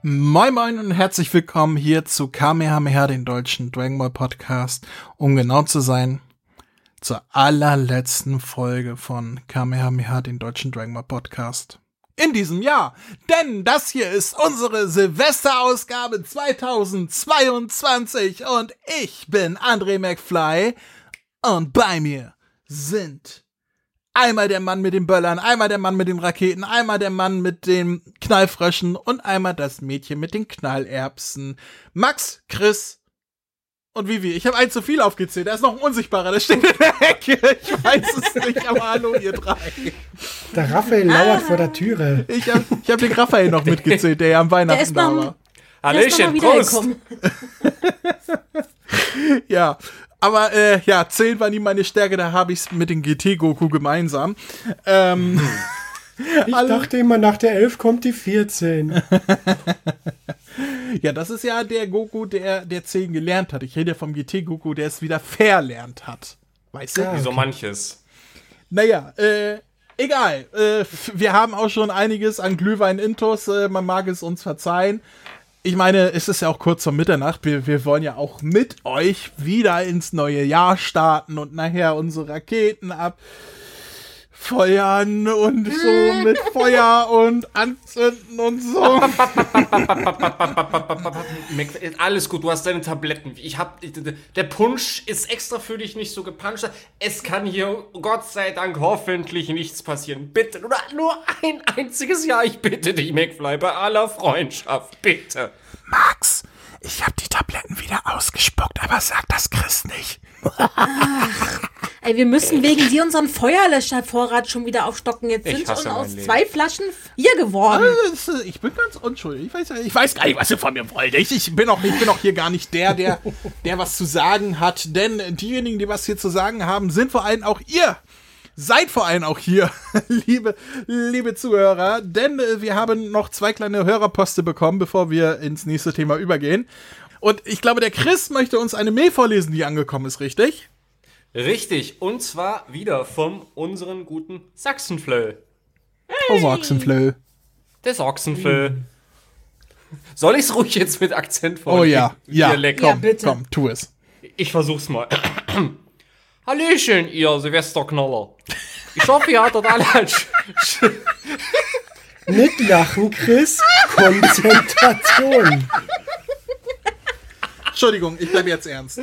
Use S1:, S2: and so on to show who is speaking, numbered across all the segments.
S1: Moin Moin und herzlich willkommen hier zu Kamehameha, den deutschen Dragon Ball Podcast. Um genau zu sein, zur allerletzten Folge von Kamehameha, den deutschen Dragon Ball Podcast. In diesem Jahr, denn das hier ist unsere Silvesterausgabe 2022 und ich bin André McFly und bei mir sind einmal der Mann mit den Böllern, einmal der Mann mit den Raketen, einmal der Mann mit den Knallfröschen und einmal das Mädchen mit den Knallerbsen. Max, Chris und Vivi. Ich habe einen zu viel aufgezählt. Da ist noch ein Unsichtbarer, der steht in der Ecke. Ich weiß es nicht, aber hallo ihr drei.
S2: Der Raphael lauert vor der Türe.
S1: Ich hab den Raphael noch mitgezählt, der ja am Weihnachten da war.
S3: Hallöchen, Prost!
S1: Ja. Aber, 10 war nie meine Stärke, da habe ich es mit dem GT-Goku gemeinsam.
S2: Ich dachte immer, nach der 11 kommt die 14.
S1: Ja, das ist ja der Goku, der 10 gelernt hat. Ich rede vom GT-Goku, der es wieder verlernt hat. Weißt du?
S3: Wie so manches.
S1: Naja, egal. Wir haben auch schon einiges an Glühwein-Intos. Man mag es uns verzeihen. Ich meine, es ist ja auch kurz vor Mitternacht. Wir wollen ja auch mit euch wieder ins neue Jahr starten und nachher unsere Raketen abfeuern und so mit Feuer und anzünden und so.
S3: Alles gut, du hast deine Tabletten. Der Punsch ist extra für dich nicht so gepuncht. Es kann hier, Gott sei Dank, hoffentlich nichts passieren. Bitte, nur ein einziges Jahr. Ich bitte dich, McFly, bei aller Freundschaft, bitte.
S1: Max, ich habe die Tabletten wieder ausgespuckt, aber sag das Chris nicht.
S4: Ey, wir müssen wegen dir unseren Feuerlöschervorrat schon wieder aufstocken. Jetzt sind schon aus 2 Flaschen 4 geworden.
S1: Also, ich bin ganz unschuldig. Ich weiß gar nicht, was ihr von mir wollt. Ich bin auch hier gar nicht der was zu sagen hat. Denn diejenigen, die was hier zu sagen haben, sind vor allem auch ihr. Seid vor allem auch hier, liebe Zuhörer, denn wir haben noch 2 kleine Hörerposte bekommen, bevor wir ins nächste Thema übergehen. Und ich glaube, der Chris möchte uns eine Mail vorlesen, die angekommen ist, richtig?
S3: Richtig, und zwar wieder von unseren guten Sachsenflö.
S1: Hey. Sachsenflö.
S3: Der Sachsenflö. Soll ich's ruhig jetzt mit Akzent vorlesen?
S1: Oh ja,
S3: Dialekt?
S1: Komm,
S4: bitte.
S1: Komm, tu es.
S3: Ich versuch's mal. Hallöchen, ihr Silvesterknaller. Ich hoffe, ihr hattet alle
S2: Nicht lachen, Chris. Konzentration.
S1: Entschuldigung, ich bleibe jetzt ernst.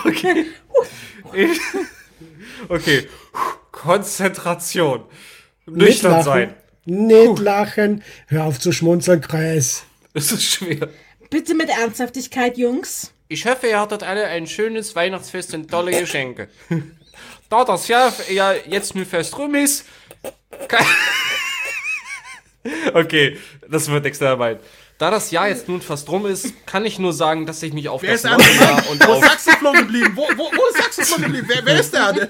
S3: Okay. Konzentration. Nüchtern sein.
S2: Nicht lachen. Hör auf zu schmunzeln, Chris.
S3: Es ist schwer.
S4: Bitte mit Ernsthaftigkeit, Jungs.
S3: Ich hoffe, ihr hattet alle ein schönes Weihnachtsfest und tolle Geschenke. Da das Jahr ja jetzt nur fest rum ist. Okay, das wird extra weit. Da das Jahr jetzt nun fast rum ist, kann ich nur sagen, dass ich mich auf das neue Jahr und
S1: Wo ist Sachsenflo geblieben? Wo ist Sachsenflo geblieben? Wer ist der?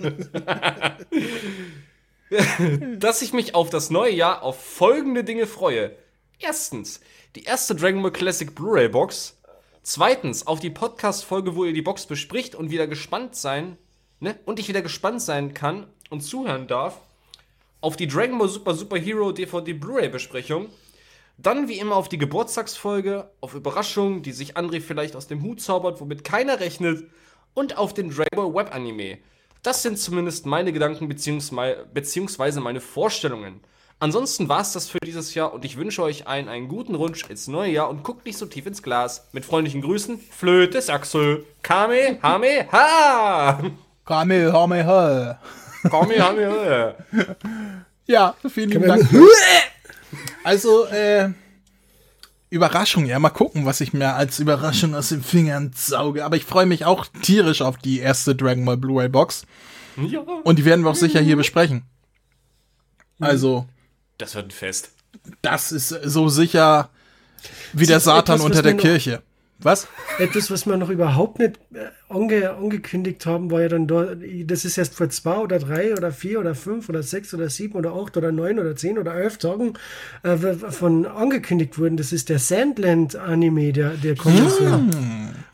S3: Dass ich mich auf das neue Jahr auf folgende Dinge freue. Erstens, die erste Dragon Ball Classic Blu-ray Box. Zweitens, auf die Podcast-Folge, wo ihr die Box bespricht und wieder gespannt sein, und ich wieder gespannt sein kann und zuhören darf. Auf die Dragon Ball Super Hero DVD Blu-ray Besprechung. Dann wie immer auf die Geburtstagsfolge, auf Überraschungen, die sich André vielleicht aus dem Hut zaubert, womit keiner rechnet, und auf den Dragon Ball Web Anime. Das sind zumindest meine Gedanken beziehungsweise meine Vorstellungen. Ansonsten war's das für dieses Jahr und ich wünsche euch allen einen guten Rutsch ins neue Jahr und guckt nicht so tief ins Glas. Mit freundlichen Grüßen, Flöte Sachsel. Kamehameha!
S1: Kamehameha.
S3: Kamehameha.
S1: Ja, vielen lieben Dank. Also, Überraschung, ja, mal gucken, was ich mir als Überraschung aus den Fingern sauge. Aber ich freue mich auch tierisch auf die erste Dragon Ball Blu-ray Box.
S3: Ja.
S1: Und die werden wir auch sicher hier besprechen. Also,
S3: Das wird ein Fest.
S1: das ist so sicher wie der Satan unter der Kirche. Was?
S2: Etwas, was wir noch überhaupt nicht angekündigt haben, war ja dann da, das ist erst vor 2 oder 3 oder 4 oder 5 oder 6 oder 7 oder 8 oder 9 oder 10 oder 11 Tagen von angekündigt worden. Das ist der Sandland-Anime, der kommt so.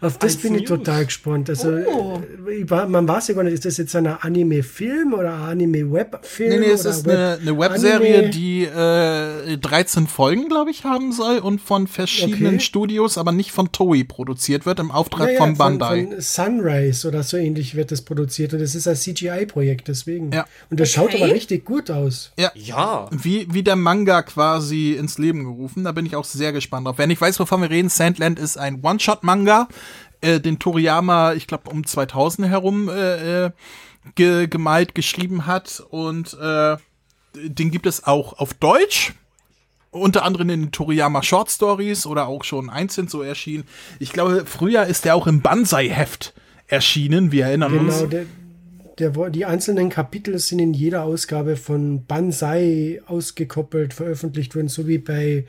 S2: Auf das
S3: Als
S2: bin ich
S3: News.
S2: total gespannt. Also, man weiß ja gar nicht, ist das jetzt ein Anime-Film oder ein Anime-Web-Film?
S1: Nee, es ist eine Webserie,
S2: Anime?
S1: die 13 Folgen, glaube ich, haben soll und von verschiedenen
S2: Okay.
S1: Studios, aber nicht von Toei produziert wird, im Auftrag
S2: Ja, ja,
S1: von Bandai.
S2: Von Sunrise oder so ähnlich wird das produziert. Und das ist ein CGI-Projekt, deswegen.
S1: Ja.
S2: Und das schaut
S4: Okay.
S2: aber richtig gut aus.
S3: Ja.
S1: Wie der Manga quasi ins Leben gerufen. Da bin ich auch sehr gespannt drauf. Wer nicht weiß, wovon wir reden, Sandland ist ein One-Shot-Manga, den Toriyama, ich glaube, um 2000 herum gemalt, geschrieben hat. Und den gibt es auch auf Deutsch. Unter anderem in den Toriyama Short Stories oder auch schon einzeln so erschienen. Ich glaube, früher ist der auch im Banzai-Heft erschienen. Wir erinnern uns.
S2: Genau, die einzelnen Kapitel sind in jeder Ausgabe von Banzai ausgekoppelt, veröffentlicht worden, so wie bei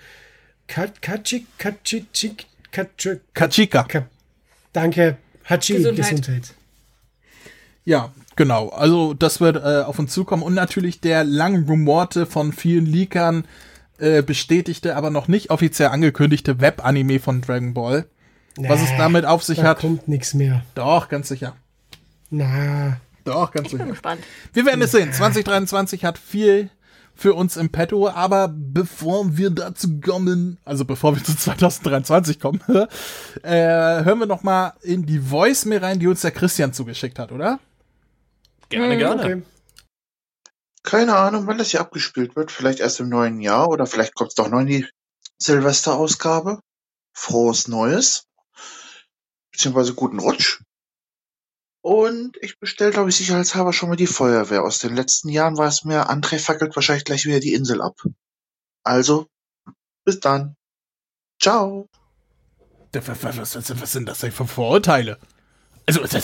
S1: Kachika.
S2: Danke, Hachi,
S4: Gesundheit.
S2: Gesundheit.
S1: Ja, genau. Also das wird auf uns zukommen. Und natürlich der lang rumorte, von vielen Leakern bestätigte, aber noch nicht offiziell angekündigte Web-Anime von Dragon Ball. Was es damit auf sich
S2: Da
S1: hat.
S2: kommt nichts mehr.
S1: Doch, ganz sicher.
S2: Na,
S1: Doch, ganz
S4: Ich bin
S1: sicher.
S4: gespannt.
S1: Wir werden es sehen. 2023 hat viel für uns im Petto, aber bevor wir dazu kommen, also bevor wir zu 2023 kommen, hören wir noch mal in die Voicemail rein, die uns der Christian zugeschickt hat, oder?
S3: Gerne, gerne.
S2: okay.
S5: Keine Ahnung, wann das hier abgespielt wird. Vielleicht erst im neuen Jahr oder vielleicht kommt es doch noch in die Silvesterausgabe. Frohes Neues. Beziehungsweise guten Rutsch. Und ich bestelle, glaube ich, sicherheitshalber schon mal die Feuerwehr. Aus den letzten Jahren war es mir, André fackelt wahrscheinlich gleich wieder die Insel ab. Also, bis dann. Ciao.
S1: Was sind das denn für Vorurteile? Also, das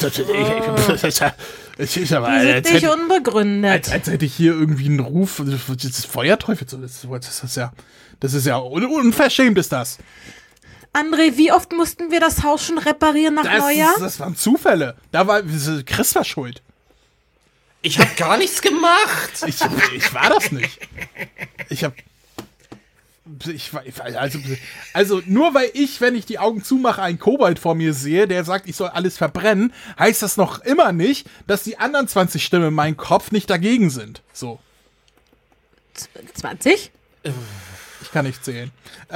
S1: ist aber,
S4: Die
S1: als
S4: sind nicht
S1: hätte,
S4: unbegründet.
S1: als hätte ich hier irgendwie einen Ruf, das ist Feuerteufel, das ist ja unverschämt ist das.
S4: André, wie oft mussten wir das Haus schon reparieren nach Neujahr?
S1: Das waren Zufälle. Da war Chris war schuld.
S3: Ich habe gar nichts gemacht.
S1: Ich war das nicht. Also nur weil ich, wenn ich die Augen zumache, einen Kobold vor mir sehe, der sagt, ich soll alles verbrennen, heißt das noch immer nicht, dass die anderen 20 Stimmen in meinem Kopf nicht dagegen sind. So,
S4: 20?
S1: ich kann nicht zählen.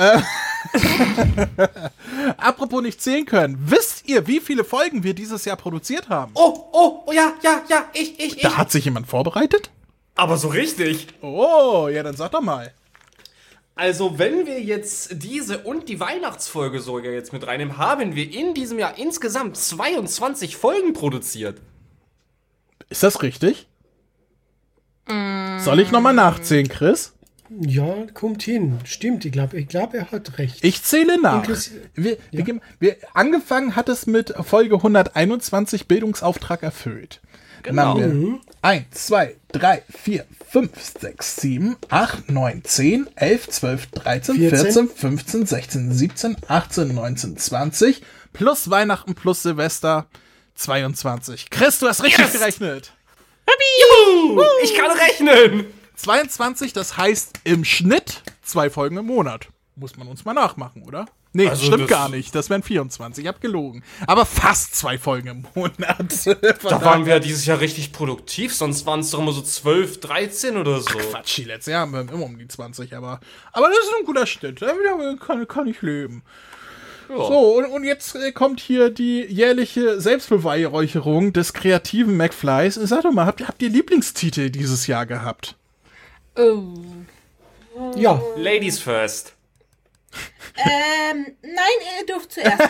S1: Apropos nicht zählen können, wisst ihr, wie viele Folgen wir dieses Jahr produziert haben?
S3: Oh, ja, ich.
S1: Da hat sich jemand vorbereitet?
S3: Aber so richtig.
S1: Oh, ja, dann sag doch mal.
S3: Also, wenn wir jetzt diese und die Weihnachtsfolge sogar jetzt mit reinnehmen, haben wir in diesem Jahr insgesamt 22 Folgen produziert.
S1: Ist das richtig? Soll ich nochmal nachzählen, Chris?
S2: Ja, kommt hin. Stimmt, ich glaube, er hat recht.
S1: Ich zähle nach.
S2: Inklusive-
S1: Angefangen hat es mit Folge 121 Bildungsauftrag erfüllt.
S3: Genau.
S1: Dann haben wir 1, 2, 3, 4, 5, 6, 7, 8, 9, 10, 11, 12, 13, 14, 15, 16, 17, 18, 19, 20 plus Weihnachten plus Silvester 22. Chris, du hast richtig gerechnet.
S3: Juhu, ich kann rechnen.
S1: 22, das heißt im Schnitt 2 Folgen im Monat. Muss man uns mal nachmachen, oder? Nee,
S3: Also
S1: stimmt
S3: das-
S1: gar nicht. Das wären 24. Ich hab gelogen. Aber fast 2 Folgen im Monat.
S3: Da waren wir dieses Jahr richtig produktiv, sonst waren es doch immer so 12, 13 oder so.
S1: Quatsch, die letzten Jahre haben wir immer um die 20, aber das ist ein guter Schnitt. Damit kann ich leben.
S3: Ja.
S1: So, und jetzt kommt hier die jährliche Selbstbeweihräucherung des kreativen McFlys. Sag doch mal, habt ihr Lieblingstitel dieses Jahr gehabt?
S4: Oh.
S2: Ja,
S3: Ladies first.
S4: Nein, ihr dürft zuerst.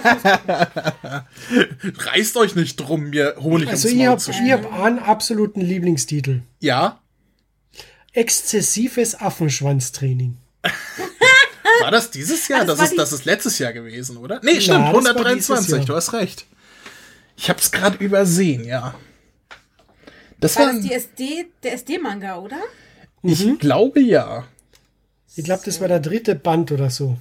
S1: Reißt euch nicht drum, mir Honig
S2: also
S1: ums
S2: ich
S1: Maul
S2: habe
S1: zu schmieren.
S2: einen absoluten Lieblingstitel.
S1: Ja?
S2: Exzessives Affenschwanztraining.
S1: War das dieses Jahr?
S4: das
S1: Das ist letztes Jahr gewesen, oder? Nee, stimmt,
S2: das war
S1: 123,
S2: dieses
S1: du hast recht. Ich hab's gerade übersehen, ja. Das
S4: War
S1: war,
S4: das der SD-Manga, oder?
S1: ich glaube ja.
S2: Ich glaube, das war der 3. Band oder so.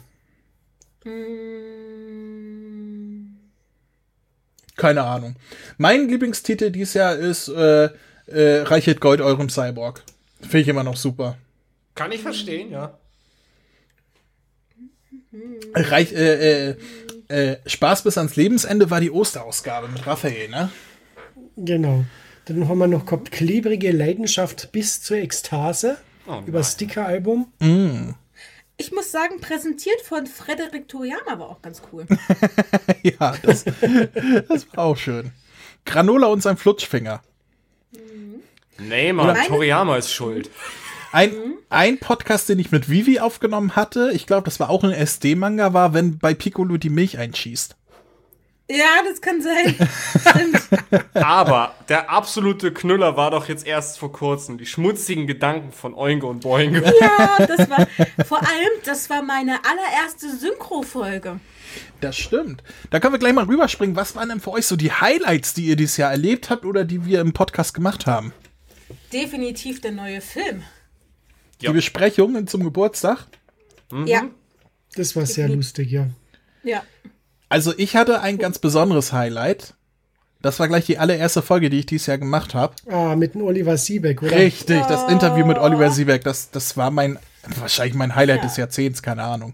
S1: Keine Ahnung. Mein Lieblingstitel dieses Jahr ist Reichet Gold eurem Cyborg. Finde ich immer noch super.
S3: Kann ich verstehen, ja.
S1: Spaß bis ans Lebensende war die Osterausgabe mit Raphael, ne?
S2: Genau. Dann haben wir noch gehabt klebrige Leidenschaft bis zur Ekstase über Sticker-Album.
S4: Ich muss sagen, präsentiert von Frederik Toriyama war auch ganz cool.
S1: Ja, das war auch schön. Granola und sein Flutschfinger.
S3: Nee, Mann, Toriyama ist schuld.
S1: Ein Podcast, den ich mit Vivi aufgenommen hatte, ich glaube, das war auch ein SD-Manga, war, wenn bei Piccolo die Milch einschießt.
S4: Ja, das kann sein. Stimmt.
S3: Aber der absolute Knüller war doch jetzt erst vor kurzem die schmutzigen Gedanken von Oingo und Boingo.
S4: Ja, das war meine allererste Synchro-Folge.
S1: Das stimmt. Da können wir gleich mal rüberspringen. Was waren denn für euch so die Highlights, die ihr dieses Jahr erlebt habt oder die wir im Podcast gemacht haben?
S4: Definitiv der neue Film.
S1: Die Besprechungen zum Geburtstag?
S4: Ja.
S2: Das war sehr lustig, ja.
S4: Ja.
S1: Also ich hatte ein ganz besonderes Highlight. Das war gleich die allererste Folge, die ich dieses Jahr gemacht habe.
S2: Mit dem Oliver Siebeck, oder?
S1: Richtig, das Interview mit Oliver Siebeck. Das war wahrscheinlich mein Highlight des Jahrzehnts, keine Ahnung.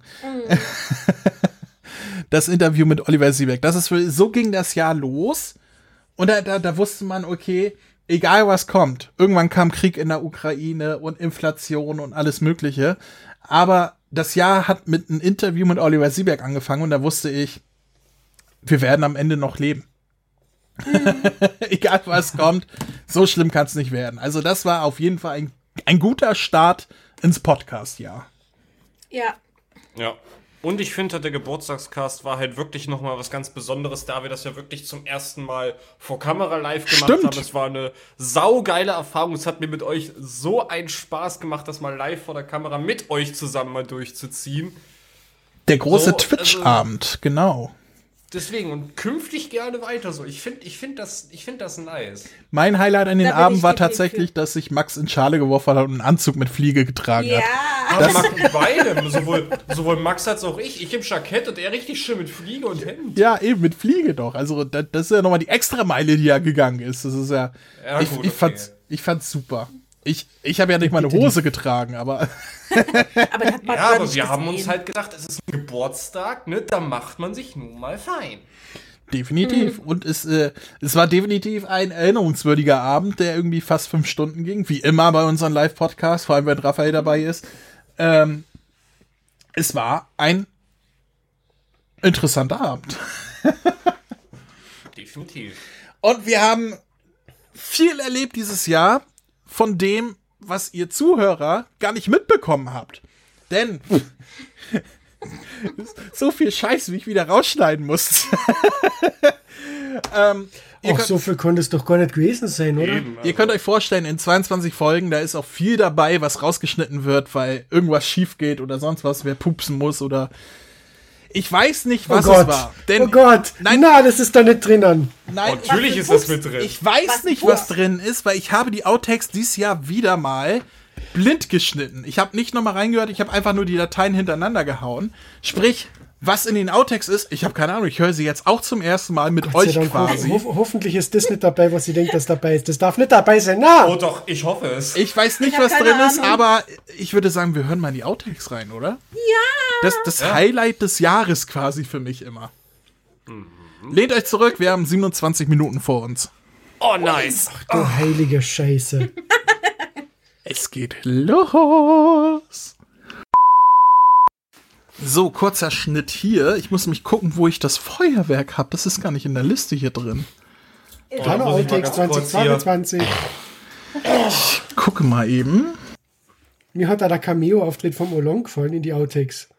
S1: Das Interview mit Oliver Siebeck. So ging das Jahr los. Und da wusste man, okay, egal was kommt. Irgendwann kam Krieg in der Ukraine und Inflation und alles Mögliche. Aber das Jahr hat mit einem Interview mit Oliver Siebeck angefangen und da wusste ich, wir werden am Ende noch leben. Egal was kommt, so schlimm kann es nicht werden. Also das war auf jeden Fall ein guter Start ins Podcast-Jahr.
S4: Ja.
S3: Ja. Und ich finde, der Geburtstagscast war halt wirklich nochmal was ganz Besonderes, da wir das ja wirklich zum ersten Mal vor Kamera live gemacht haben. Es war eine saugeile Erfahrung. Es hat mir mit euch so einen Spaß gemacht, das mal live vor der Kamera mit euch zusammen mal durchzuziehen.
S1: Der große Twitch-Abend, genau.
S3: Deswegen, und künftig gerne weiter so. Ich find das nice.
S1: Mein Highlight an den Abend war tatsächlich, dass sich Max in Schale geworfen hat und einen Anzug mit Fliege getragen hat.
S3: Aber Max und beide. Sowohl Max als auch ich. Ich im Jackett und er richtig schön mit Fliege und Hemd.
S1: Ja, eben, mit Fliege doch. Also, das ist ja nochmal die Extrameile, die ja gegangen ist. Das ist ja. Ich fand's super. Ich habe ja nicht mal eine Hose getragen, aber.
S3: Aber wir haben uns halt gedacht, es ist ein Geburtstag, ne? Da macht man sich nun mal fein.
S1: Definitiv. Und es war definitiv ein erinnerungswürdiger Abend, der irgendwie fast 5 Stunden ging. Wie immer bei unseren Live-Podcasts, vor allem wenn Raphael dabei ist. Es war ein interessanter Abend.
S3: Definitiv.
S1: Und wir haben viel erlebt dieses Jahr von dem, was ihr Zuhörer gar nicht mitbekommen habt. Denn so viel Scheiß, wie ich wieder rausschneiden musste.
S2: So viel konnte es doch gar nicht gewesen sein, oder?
S3: Eben,
S1: Ihr könnt euch vorstellen, in 22 Folgen, da ist auch viel dabei, was rausgeschnitten wird, weil irgendwas schief geht oder sonst was, wer pupsen muss oder... Ich weiß nicht, was es war.
S2: Denn, nein, das ist da nicht drinnen.
S1: Nein,
S3: natürlich ist das mit drin.
S1: Ich weiß nicht, was drin ist, weil ich habe die Outtakes dieses Jahr wieder mal blind geschnitten. Ich habe nicht nochmal reingehört, ich habe einfach nur die Dateien hintereinander gehauen. Sprich, was in den Outtakes ist, ich habe keine Ahnung, ich höre sie jetzt auch zum ersten Mal mit euch quasi.
S2: Hoffentlich ist das nicht dabei, was ihr denkt, dass dabei ist. Das darf nicht dabei sein.
S3: Oh doch, ich hoffe es.
S1: Ich weiß nicht, was drin ist, aber ich würde sagen, wir hören mal in die Outtakes rein, oder?
S4: Ja!
S1: Das Highlight des Jahres quasi für mich immer. Lehnt euch zurück, wir haben 27 Minuten vor uns.
S3: Oh, nice.
S2: Ach du heilige Scheiße.
S1: Es geht los. So, kurzer Schnitt hier. Ich muss mich gucken, wo ich das Feuerwerk habe. Das ist gar nicht in der Liste hier drin.
S2: Hallo, Outtakes 2022.
S1: Ich gucke mal eben.
S2: Mir hat da der Cameo-Auftritt vom Olong gefallen in die Outtakes.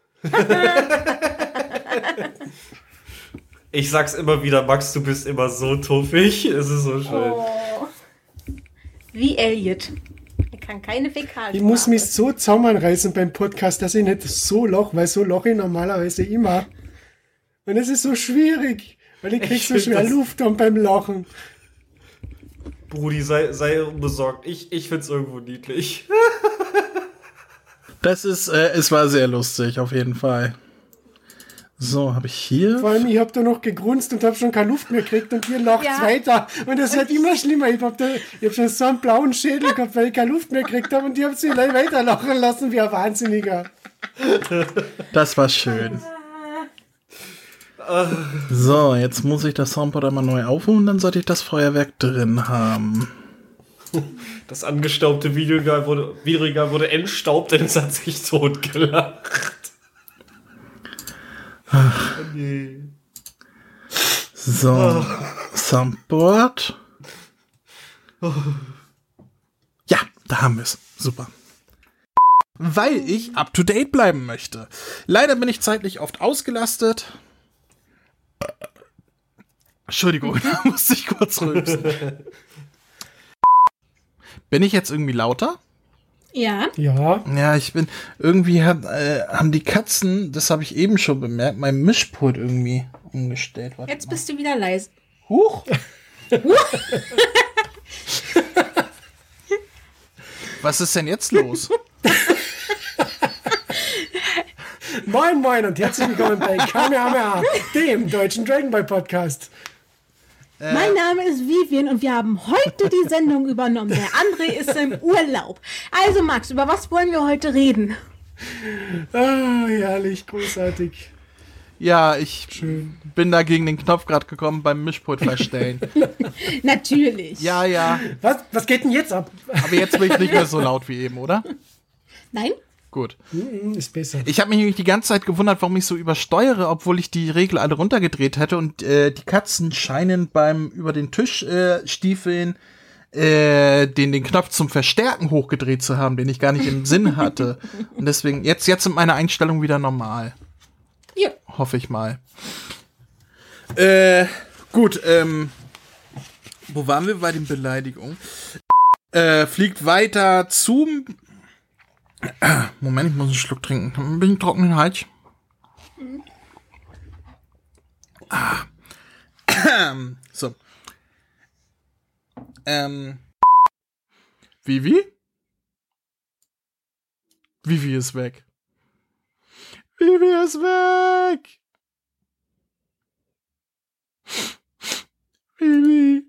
S3: Ich sag's immer wieder, Max, du bist immer so tuffig. Es ist so schön.
S4: Oh. Wie Elliot. Er kann keine Fäkalsprache.
S2: Ich muss mich so zusammenreißen beim Podcast, dass ich nicht so lache, weil so lache ich normalerweise immer. Und es ist so schwierig, weil ich krieg so schwer Luft beim Lachen.
S3: Brudi, sei besorgt. Ich find's irgendwo niedlich.
S1: Es war sehr lustig, auf jeden Fall. So, habe ich hier.
S2: Vor allem, ich habe da noch gegrunzt und habe schon keine Luft mehr gekriegt und ihr lacht weiter. Und das wird immer schlimmer. Ich hab schon so einen blauen Schädel gehabt, weil ich keine Luft mehr gekriegt habe und die haben sie weiter lachen lassen wie ein Wahnsinniger.
S1: Das war schön. So, jetzt muss ich das Soundboard einmal neu aufholen, dann sollte ich das Feuerwerk drin haben.
S3: Das angestaubte Videoregal wurde entstaubt, denn es hat sich totgelacht.
S1: Ach.
S3: Nee.
S1: So, Soundboard. Ja, da haben wir es. Super. Weil ich up-to-date bleiben möchte. Leider bin ich zeitlich oft ausgelastet. Entschuldigung, da musste ich kurz rülpsen. Bin ich jetzt irgendwie lauter?
S4: Ja.
S2: Ja.
S1: Ja, ich bin... Irgendwie haben die Katzen, das habe ich eben schon bemerkt, mein Mischpult irgendwie umgestellt. Warte
S4: Jetzt
S1: mal.
S4: bist du wieder leise.
S1: Huch! Was ist denn jetzt los?
S2: Moin, moin und herzlich willkommen bei Kamehameha, dem deutschen Dragon Ball Podcast.
S4: Mein Name ist Vivian und wir haben heute die Sendung übernommen. Der André ist im Urlaub. Also Max, über was wollen wir heute reden?
S2: Ah, herrlich, großartig.
S1: Ja, ich bin da gegen den Knopf gerade gekommen beim Mischpult verstellen.
S4: Natürlich.
S1: Ja.
S2: Was geht denn jetzt ab?
S1: Aber jetzt bin ich nicht mehr so laut wie eben, oder?
S4: Nein?
S1: Gut.
S2: Ist besser.
S1: Ich habe mich nämlich die ganze Zeit gewundert, warum ich so übersteuere, obwohl ich die Regel alle runtergedreht hätte. Und die Katzen scheinen beim über den Tisch stiefeln den Knopf zum Verstärken hochgedreht zu haben, den ich gar nicht im Sinn hatte. Und deswegen, jetzt sind meine Einstellungen wieder normal.
S4: Ja.
S1: Hoffe ich mal. Gut, wo waren wir bei den Beleidigungen? Fliegt weiter zum... Moment, ich muss einen Schluck trinken. Bin ich trockenen Hals? So. Vivi? Vivi ist weg. Vivi ist weg. Vivi.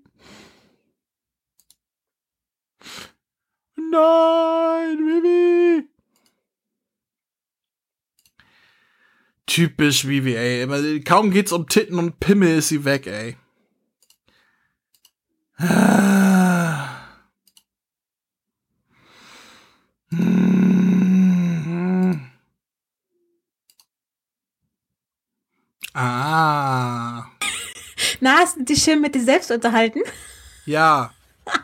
S1: Nein, Vivi. Typisch Vivi, ey. Kaum geht's um Titten und Pimmel, ist sie weg, ey. Ah.
S4: Na, hast du dich schön mit dir selbst unterhalten?
S1: Ja.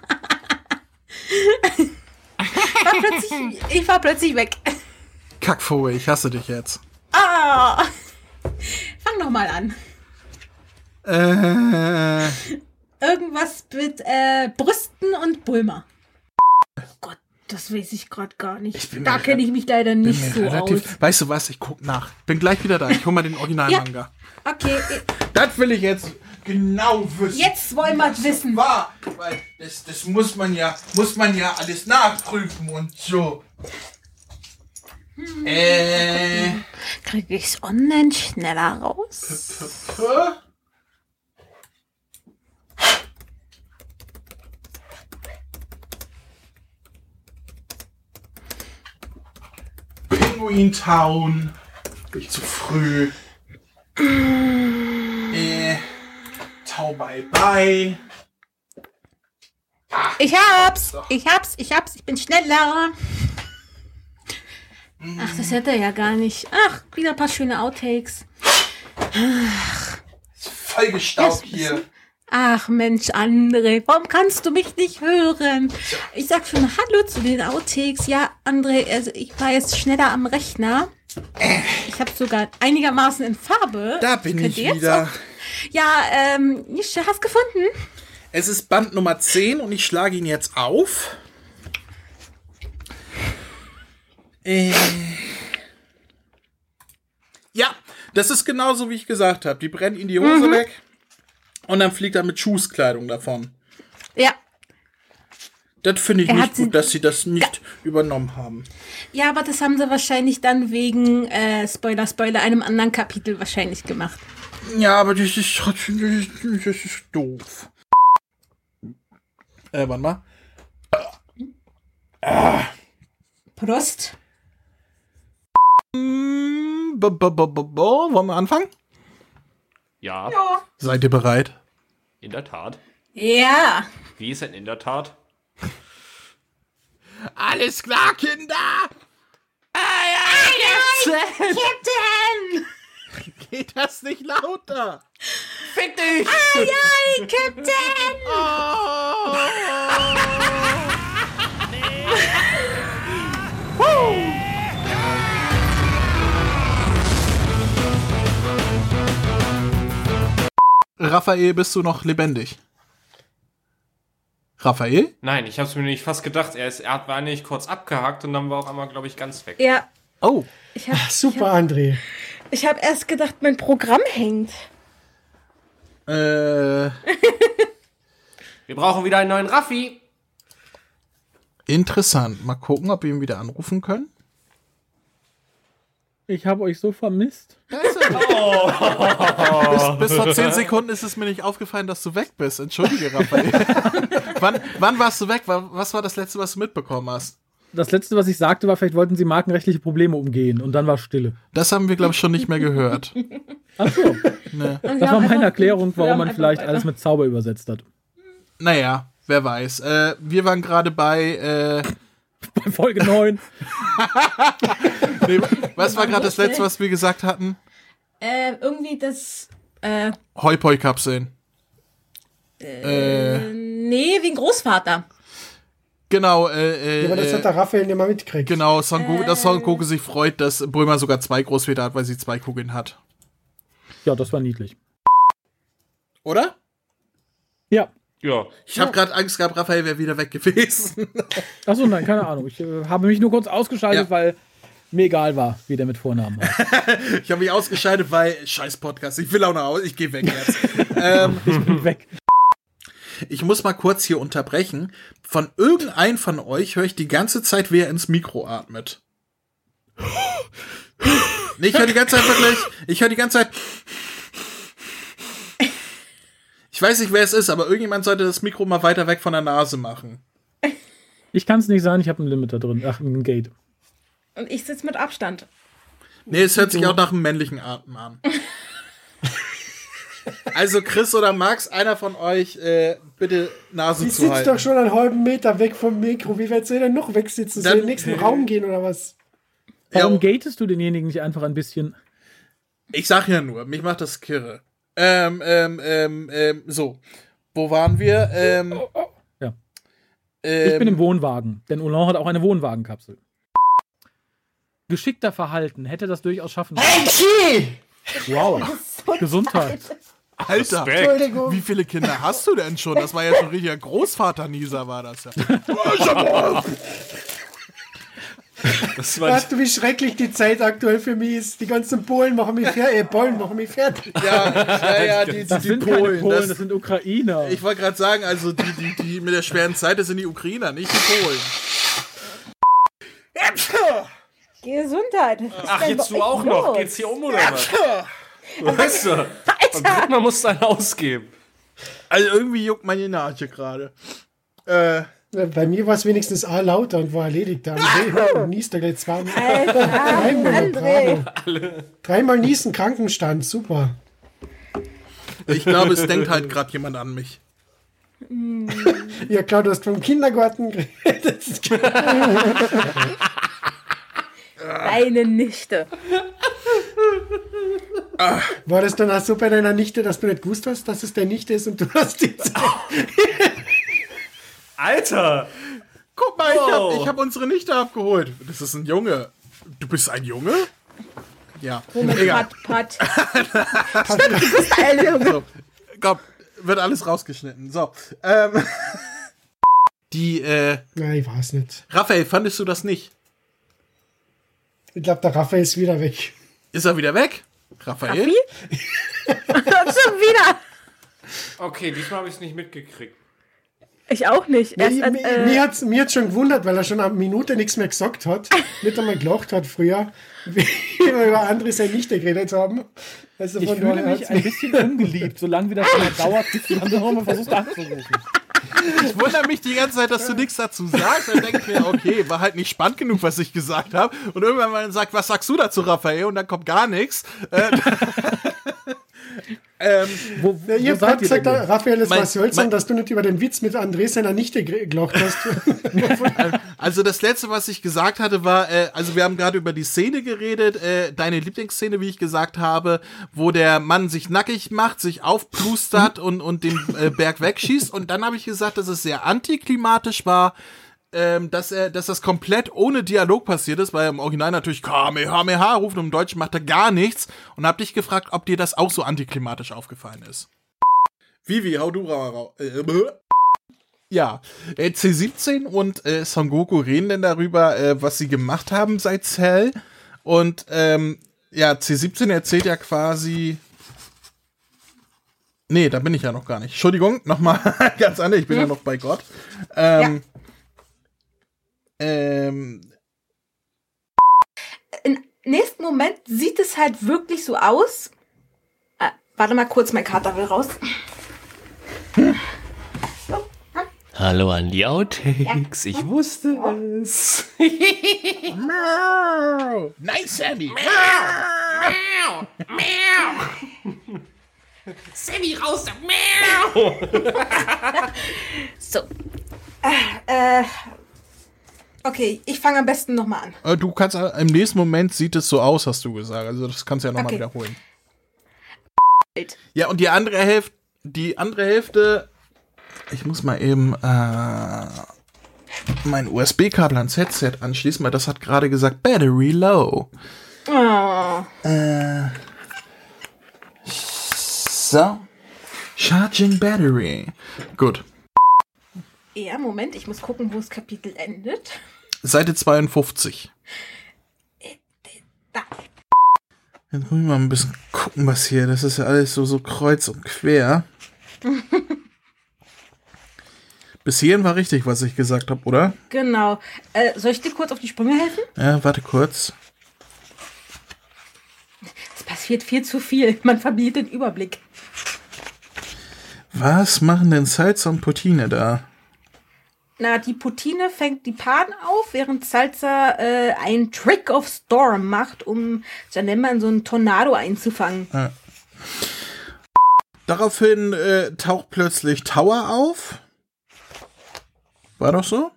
S4: Ich war plötzlich weg.
S1: Kackvogel, ich hasse dich jetzt.
S4: Ah. Fang noch mal an. Irgendwas mit Brüsten und Bulma. Oh Gott, das weiß ich gerade gar nicht. Da kenne ich mich leider nicht so aus.
S1: Weißt du was, ich guck nach. Bin gleich wieder da. Ich hol mal den Originalmanga.
S4: Ja, okay.
S1: Das will ich jetzt genau wissen.
S4: Jetzt wollen wir wissen.
S1: War, weil das muss man ja alles nachprüfen und so.
S4: Kriege ich es online schneller raus?
S1: Pinguin Town. Bin ich zu früh. Tau bye bye.
S4: Ich hab's. Ich bin schneller. Ach, das hätte er ja gar nicht. Ach, wieder ein paar schöne Outtakes.
S1: Ist voll gestaubt hier.
S4: Ach Mensch, André, warum kannst du mich nicht hören? Ich sag schon Hallo zu den Outtakes. Ja, André, also ich war jetzt schneller am Rechner. Ich habe sogar einigermaßen in Farbe.
S1: Da bin ich wieder.
S4: Ja, hast gefunden?
S1: Es ist Band Nummer 10 und ich schlage ihn jetzt auf. Ja, das ist genauso, wie ich gesagt habe. Die brennt in die Hose weg und dann fliegt er mit Schuhskleidung davon.
S4: Ja.
S1: Das finde ich nicht gut, dass sie das nicht übernommen haben.
S4: Ja, aber das haben sie wahrscheinlich dann wegen, Spoiler, einem anderen Kapitel wahrscheinlich gemacht.
S1: Ja, aber das ist doof. Warte mal.
S4: Prost.
S1: Wollen wir anfangen?
S3: Ja,
S1: Seid ihr bereit?
S3: in der Tat.
S4: Ja.
S3: Wie ist denn in der Tat?
S1: Alles klar, Kinder!
S4: Captain!
S1: Geht das nicht lauter?
S3: Fick dich!
S4: Ay, Captain!
S1: Raphael, bist du noch lebendig? Raphael?
S3: Nein, ich hab's mir nicht fast gedacht. War nicht kurz abgehakt und dann war auf einmal, glaube ich, ganz weg.
S4: Ja,
S1: Oh.
S2: Super, André.
S4: ich hab erst gedacht, mein Programm hängt.
S3: Wir brauchen wieder einen neuen Raffi.
S1: Interessant. Mal gucken, ob wir ihn wieder anrufen können.
S6: Ich habe euch so vermisst.
S1: Bis vor 10 Sekunden ist es mir nicht aufgefallen, dass du weg bist. Entschuldige, Raphael. wann warst du weg? Was war das Letzte, was du mitbekommen hast?
S6: Das Letzte, was ich sagte, war, vielleicht wollten sie markenrechtliche Probleme umgehen. Und dann war Stille.
S1: Das haben wir, glaube ich, schon nicht mehr gehört.
S6: Ach so.
S1: Ne.
S6: Das war meine Erklärung, warum man vielleicht alles mit Zauber übersetzt hat.
S1: Naja, wer weiß. Wir waren gerade bei...
S6: Bei Folge 9.
S1: Nee, was war gerade das Letzte, was wir gesagt hatten?
S4: Irgendwie das,
S1: Hoi-Poi-Kapseln.
S4: nee, wie ein Großvater.
S1: Genau,
S2: Aber das hat der Raphael nicht mal mitgekriegt.
S1: genau, dass Son Goku sich freut, dass Bulma sogar 2 Großväter hat, weil sie 2 Kugeln hat.
S6: Ja, das war niedlich.
S1: Oder?
S6: Ja.
S3: Ja.
S1: Ich habe gerade Angst gehabt, Raphael wäre wieder weg gewesen.
S6: Achso, nein, keine Ahnung. Ich habe mich nur kurz ausgeschaltet,
S1: Ja.
S6: weil mir egal war, wie der mit Vornamen war.
S1: Ich habe mich ausgeschaltet, weil scheiß Podcast, ich will auch nach Hause, ich gehe weg jetzt.
S6: Ich bin weg.
S1: Ich muss mal kurz hier unterbrechen. Von irgendeinem von euch höre ich die ganze Zeit, wie er ins Mikro atmet. Nee, ich höre die ganze Zeit wirklich, Ich weiß nicht, wer es ist, aber irgendjemand sollte das Mikro mal weiter weg von der Nase machen.
S6: Ich kann es nicht sein, ich habe ein Limit da drin. Ach, ein Gate.
S4: Und ich sitze mit Abstand.
S1: Nee, es hört sich auch nach einem männlichen Atem an. Also Chris oder Max, einer von euch, bitte Nase
S2: Sie
S1: zu
S2: sitzt
S1: halten.
S2: doch schon einen halben Meter weg vom Mikro. Wie weit soll denn noch wegsitzen? Soll
S1: Dann-
S2: in den nächsten Raum gehen oder was?
S6: Warum
S1: Ja.
S6: gatest du denjenigen nicht einfach ein bisschen?
S1: Ich sag ja nur, mich macht das kirre. So. Wo waren wir?
S6: Ja. Ich bin im Wohnwagen, denn Ulan hat auch eine Wohnwagenkapsel. Geschickter Verhalten hätte das durchaus schaffen können. Wow. Gesundheit.
S1: Alter,
S2: Entschuldigung.
S1: wie viele Kinder hast du denn schon? Das war ja schon richtiger Großvater-Nieser, war das ja.
S3: Das war
S2: Weißt du, wie schrecklich die Zeit aktuell für mich ist? Die ganzen Polen machen mich fertig.
S1: Ja, die
S6: Das sind keine Polen, das
S1: Das,
S6: sind Ukrainer.
S1: ich wollte gerade sagen, also die mit der schweren Zeit, das sind die Ukrainer, nicht die Polen.
S4: Gesundheit. Was ist
S3: Ach,
S4: denn
S3: jetzt
S4: bei
S3: du
S4: euch
S3: auch noch.
S4: los?
S3: Geht's hier um oder was? Weißt du, beim dritten Mal musst du einen ausgeben.
S1: Also irgendwie juckt meine Nase gerade.
S2: Bei mir war es wenigstens A lauter und war erledigt. Da und niest er gleich zweimal. Dreimal,
S4: André.
S2: bravo. Dreimal niesen, Krankenstand, super.
S1: Ich glaube, es denkt halt gerade jemand an mich.
S2: Ja klar, du hast vom Kindergarten geredet.
S4: Deine Nichte.
S2: War das dann auch so bei deiner Nichte, dass du nicht gewusst hast, dass es deine Nichte ist und du hast die Zeit?
S3: Alter!
S1: Guck mal,
S3: Oh.
S1: ich hab unsere Nichte abgeholt. Das ist ein Junge. Du bist ein Junge? Ja.
S4: Womit
S1: Egal.
S4: Pat. Stimmt, du bist eine Junge.
S1: So, komm, wird alles rausgeschnitten. So.
S2: Nein, ich weiß nicht.
S1: Raphael, fandest du das nicht?
S2: Ich glaube, der Raphael ist wieder weg.
S1: Ist er wieder weg? Raphael?
S4: Raffi? Schon wieder.
S3: Okay, diesmal habe ich es nicht mitgekriegt.
S4: Ich auch nicht. Erst,
S2: Mir hat's schon gewundert, weil er schon eine Minute nichts mehr gesagt hat. Nicht einmal gelacht hat früher, wie wir über andere seine Nichte geredet haben. Also
S6: Ich
S2: von
S6: fühle
S2: daher
S6: mich ein bisschen ungeliebt, solange wie das immer dauert, bis du dann nochmal versuchst anzurufen.
S1: Ich wundere mich die ganze Zeit, dass du nichts dazu sagst. Dann denke ich mir, okay, war halt nicht spannend genug, was ich gesagt habe. Und irgendwann mal sagt, was sagst du dazu, Raphael? Und dann kommt gar nichts.
S6: Wo
S2: Ihr habt
S6: seid ihr
S2: gesagt,
S6: denn?
S2: Raphael, es
S1: Mein-
S2: war seltsam,
S1: mein-
S2: dass du nicht über den Witz mit André seiner Nichte gelacht hast.
S1: Also das Letzte, was ich gesagt hatte, war, also wir haben gerade über die Szene geredet, deine Lieblingsszene, wie ich gesagt habe, wo der Mann sich nackig macht, sich aufplustert und den Berg wegschießt. Und dann habe ich gesagt, dass es sehr antiklimatisch war, dass das komplett ohne Dialog passiert ist, weil im Original natürlich Kamehameha ruft und im Deutschen macht er gar nichts. Und hab dich gefragt, ob dir das auch so antiklimatisch aufgefallen ist. Vivi, hau du raus. Ja, C17 und Son Goku reden denn darüber, was sie gemacht haben seit Cell. Und ja, C17 erzählt ja quasi. Nee, da bin ich ja noch gar nicht. Entschuldigung, nochmal ganz anders, ich bin ja noch bei Gott.
S4: Im nächsten Moment sieht es halt wirklich so aus. Warte mal kurz, mein Kater will raus.
S3: Hallo an die Outtakes. Ich wusste es.
S1: Nice, Sammy.
S3: Sammy, raus da.
S4: So. Okay, ich fange am besten nochmal an.
S1: Du kannst im nächsten Moment sieht es so aus, hast du gesagt. Also das kannst du ja nochmal
S4: Okay.
S1: wiederholen. Ja, und die andere Hälfte, ich muss mal eben mein USB-Kabel ans Headset anschließen, weil das hat gerade gesagt, Battery low.
S4: Oh.
S1: So. Charging battery. Gut.
S4: Ja, Moment, ich muss gucken, wo das Kapitel endet.
S1: Seite 52.
S4: Da.
S1: Jetzt muss ich mal ein bisschen gucken, was hier, das ist ja alles so kreuz und quer. Bis hierhin war richtig, was ich gesagt habe, oder?
S4: Genau. Soll ich dir kurz auf die Sprünge helfen?
S1: Ja, warte kurz.
S4: Es passiert viel zu viel. Man verliert den Überblick.
S1: Was machen denn Salsa und Putine da?
S4: Na, die Putine fängt die Pan auf, während Salsa einen Trick of Storm macht, um Janemba in so einen Tornado einzufangen.
S1: Daraufhin taucht plötzlich Tower auf. War doch so?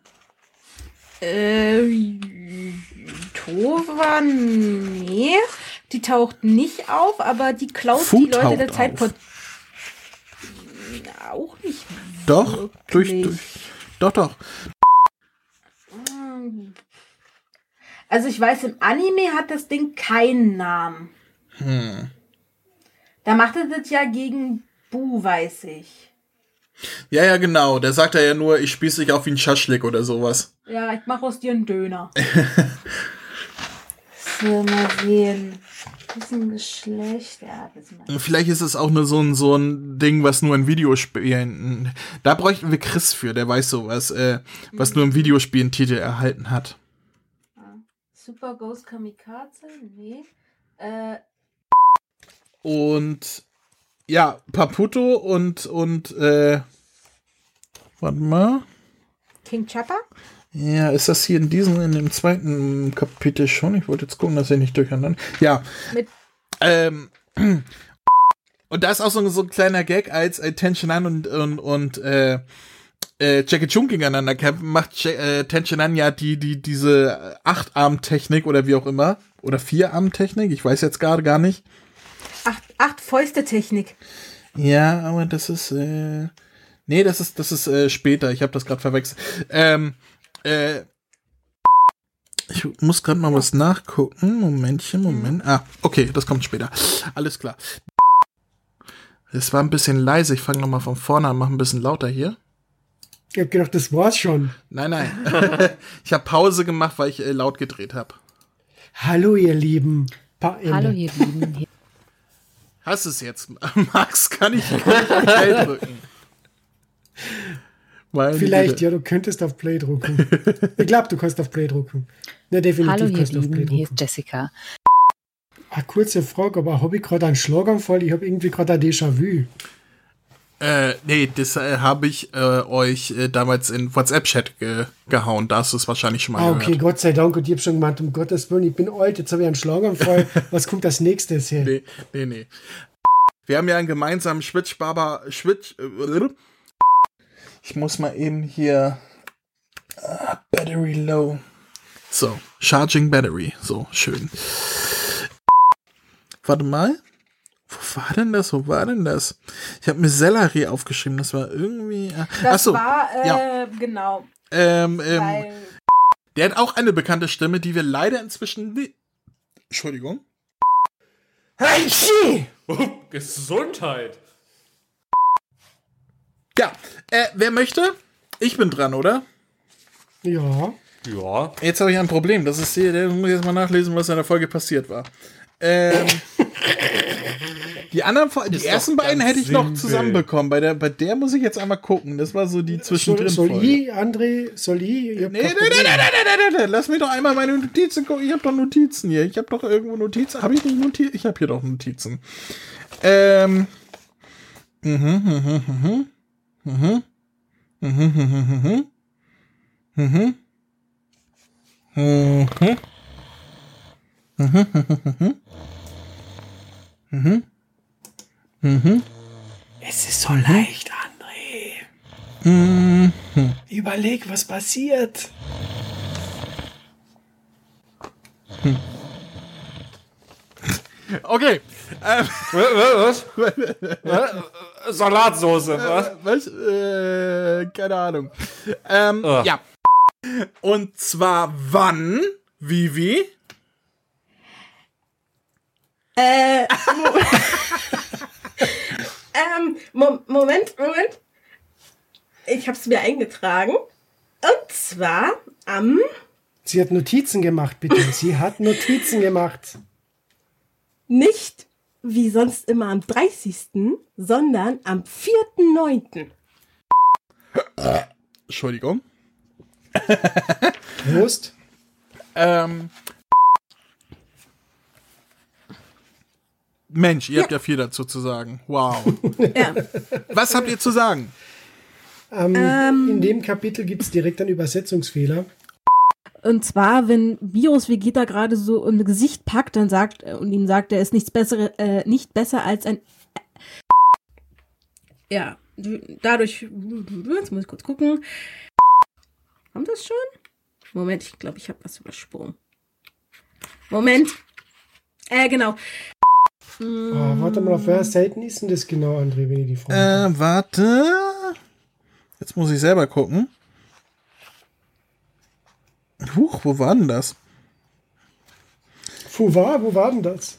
S4: Tova, nee. Die taucht nicht auf, aber die klaut
S1: Fu
S4: die Leute der
S1: taucht
S4: Zeitport. Auch nicht.
S1: Doch,
S4: wirklich.
S1: Doch.
S4: Also ich weiß, im Anime hat das Ding keinen Namen. Da macht er das ja gegen Bu, weiß ich.
S1: Ja, genau. Der sagt ja nur, ich spieße dich auf wie ein Schaschlik oder sowas.
S4: Ja, ich mache aus dir einen Döner. So, mal sehen. Das ist ein Geschlecht. Ja, das ist mal.
S1: Vielleicht ist es auch nur so ein Ding, was nur in Videospielen. Da bräuchten wir Chris für, der weiß sowas, was nur im Videospiel einen Titel erhalten hat.
S4: Super Ghost Kamikaze? Nee.
S1: Und ja, Paputo und warte mal.
S4: King Chopper?
S1: Ja, ist das hier in dem zweiten Kapitel schon? Ich wollte jetzt gucken, dass ich nicht durcheinander. Ja.
S4: Mit
S1: und da ist auch so ein kleiner Gag, als Tenshinhan und Jackie Chun gegeneinander kämpfen, macht Tenshinhan ja diese 8-Arm-Technik oder wie auch immer. Oder 4-Arm-Technik, ich weiß jetzt gerade gar nicht.
S4: 8 Fäuste-Technik.
S1: Ja, aber das ist nee, das ist später. Ich habe das gerade verwechselt. Ich muss gerade mal was nachgucken. Moment. Ah, okay, das kommt später. Alles klar. Es war ein bisschen leise. Ich fange nochmal von vorne an, mache ein bisschen lauter hier.
S2: Ich hab gedacht, das war's schon.
S1: Nein. Ich habe Pause gemacht, weil ich laut gedreht habe.
S2: Hallo, ihr Lieben.
S7: Hallo, ihr Lieben.
S1: Hast es jetzt? Max, kann ich auf Play drücken?
S2: Vielleicht, ja, du könntest auf Play drucken. Ich glaube, du kannst auf Play drucken. Ne, definitiv
S7: Hallo, ihr
S2: kannst du auf Play
S7: Lieben. Hier
S2: drucken.
S7: ist Jessica.
S2: Eine kurze Frage, aber habe ich gerade einen Schlaganfall? Ich habe irgendwie gerade ein Déjà-vu.
S1: Nee, das habe ich euch damals in WhatsApp-Chat gehauen. Da hast du es wahrscheinlich schon mal gehört.
S2: Okay, Gott sei Dank. Und ich habe schon gemeint, um Gottes Willen, ich bin alt, jetzt habe ich einen Schlaganfall. Was kommt als nächstes her?
S1: Nee. Wir haben ja einen gemeinsamen Ich muss mal eben hier Battery low. So, Charging Battery. So, schön. Warte mal. Wo war denn das? Ich habe mir Sellerie aufgeschrieben. Das war irgendwie...
S4: Das war, genau.
S1: Der hat auch eine bekannte Stimme, die wir leider inzwischen... Entschuldigung.
S3: Gesundheit.
S1: Ja, wer möchte? Ich bin dran, oder?
S2: Ja.
S3: Ja.
S1: Jetzt habe ich ein Problem. Das ist hier, der muss jetzt mal nachlesen, was in der Folge passiert war. Die anderen, die ersten beiden hätte ich noch zusammenbekommen. Bei der muss ich jetzt einmal gucken. Das war so die zwischendrin.
S2: Soll ich, André?
S1: Nee. Lass mich doch einmal meine Notizen gucken. Ich habe doch Notizen hier. Ich habe doch irgendwo Notizen. Habe ich nicht Notizen? Ich habe hier doch Notizen.
S2: Es ist so leicht, André. Überleg, was passiert.
S1: Okay.
S3: Was? Salatsoße, was?
S1: Keine Ahnung. Ja. Und zwar wann, Vivi?
S4: Moment. Ich hab's mir eingetragen. Und zwar am...
S2: Sie hat Notizen gemacht, bitte. Sie hat Notizen gemacht.
S4: Nicht wie sonst immer am 30., sondern am 4.9.
S1: Entschuldigung.
S2: Prost.
S1: Mensch, ihr habt ja viel dazu zu sagen. Wow.
S4: Ja.
S1: Was habt ihr zu sagen?
S2: In dem Kapitel gibt es direkt einen Übersetzungsfehler.
S7: Und zwar, wenn Virus Vegeta gerade so im Gesicht packt, dann sagt und ihm sagt, er ist nicht besser als ein. Ja, dadurch. Jetzt muss ich kurz gucken. Haben wir das schon? Moment, ich glaube, ich habe was übersprungen. Moment. Genau.
S2: Oh, warte mal, auf welcher Seite ist denn das genau, André, wenn ich die Frage
S1: Warte. Jetzt muss ich selber gucken. Huch, wo war denn das?
S2: Wo war denn das?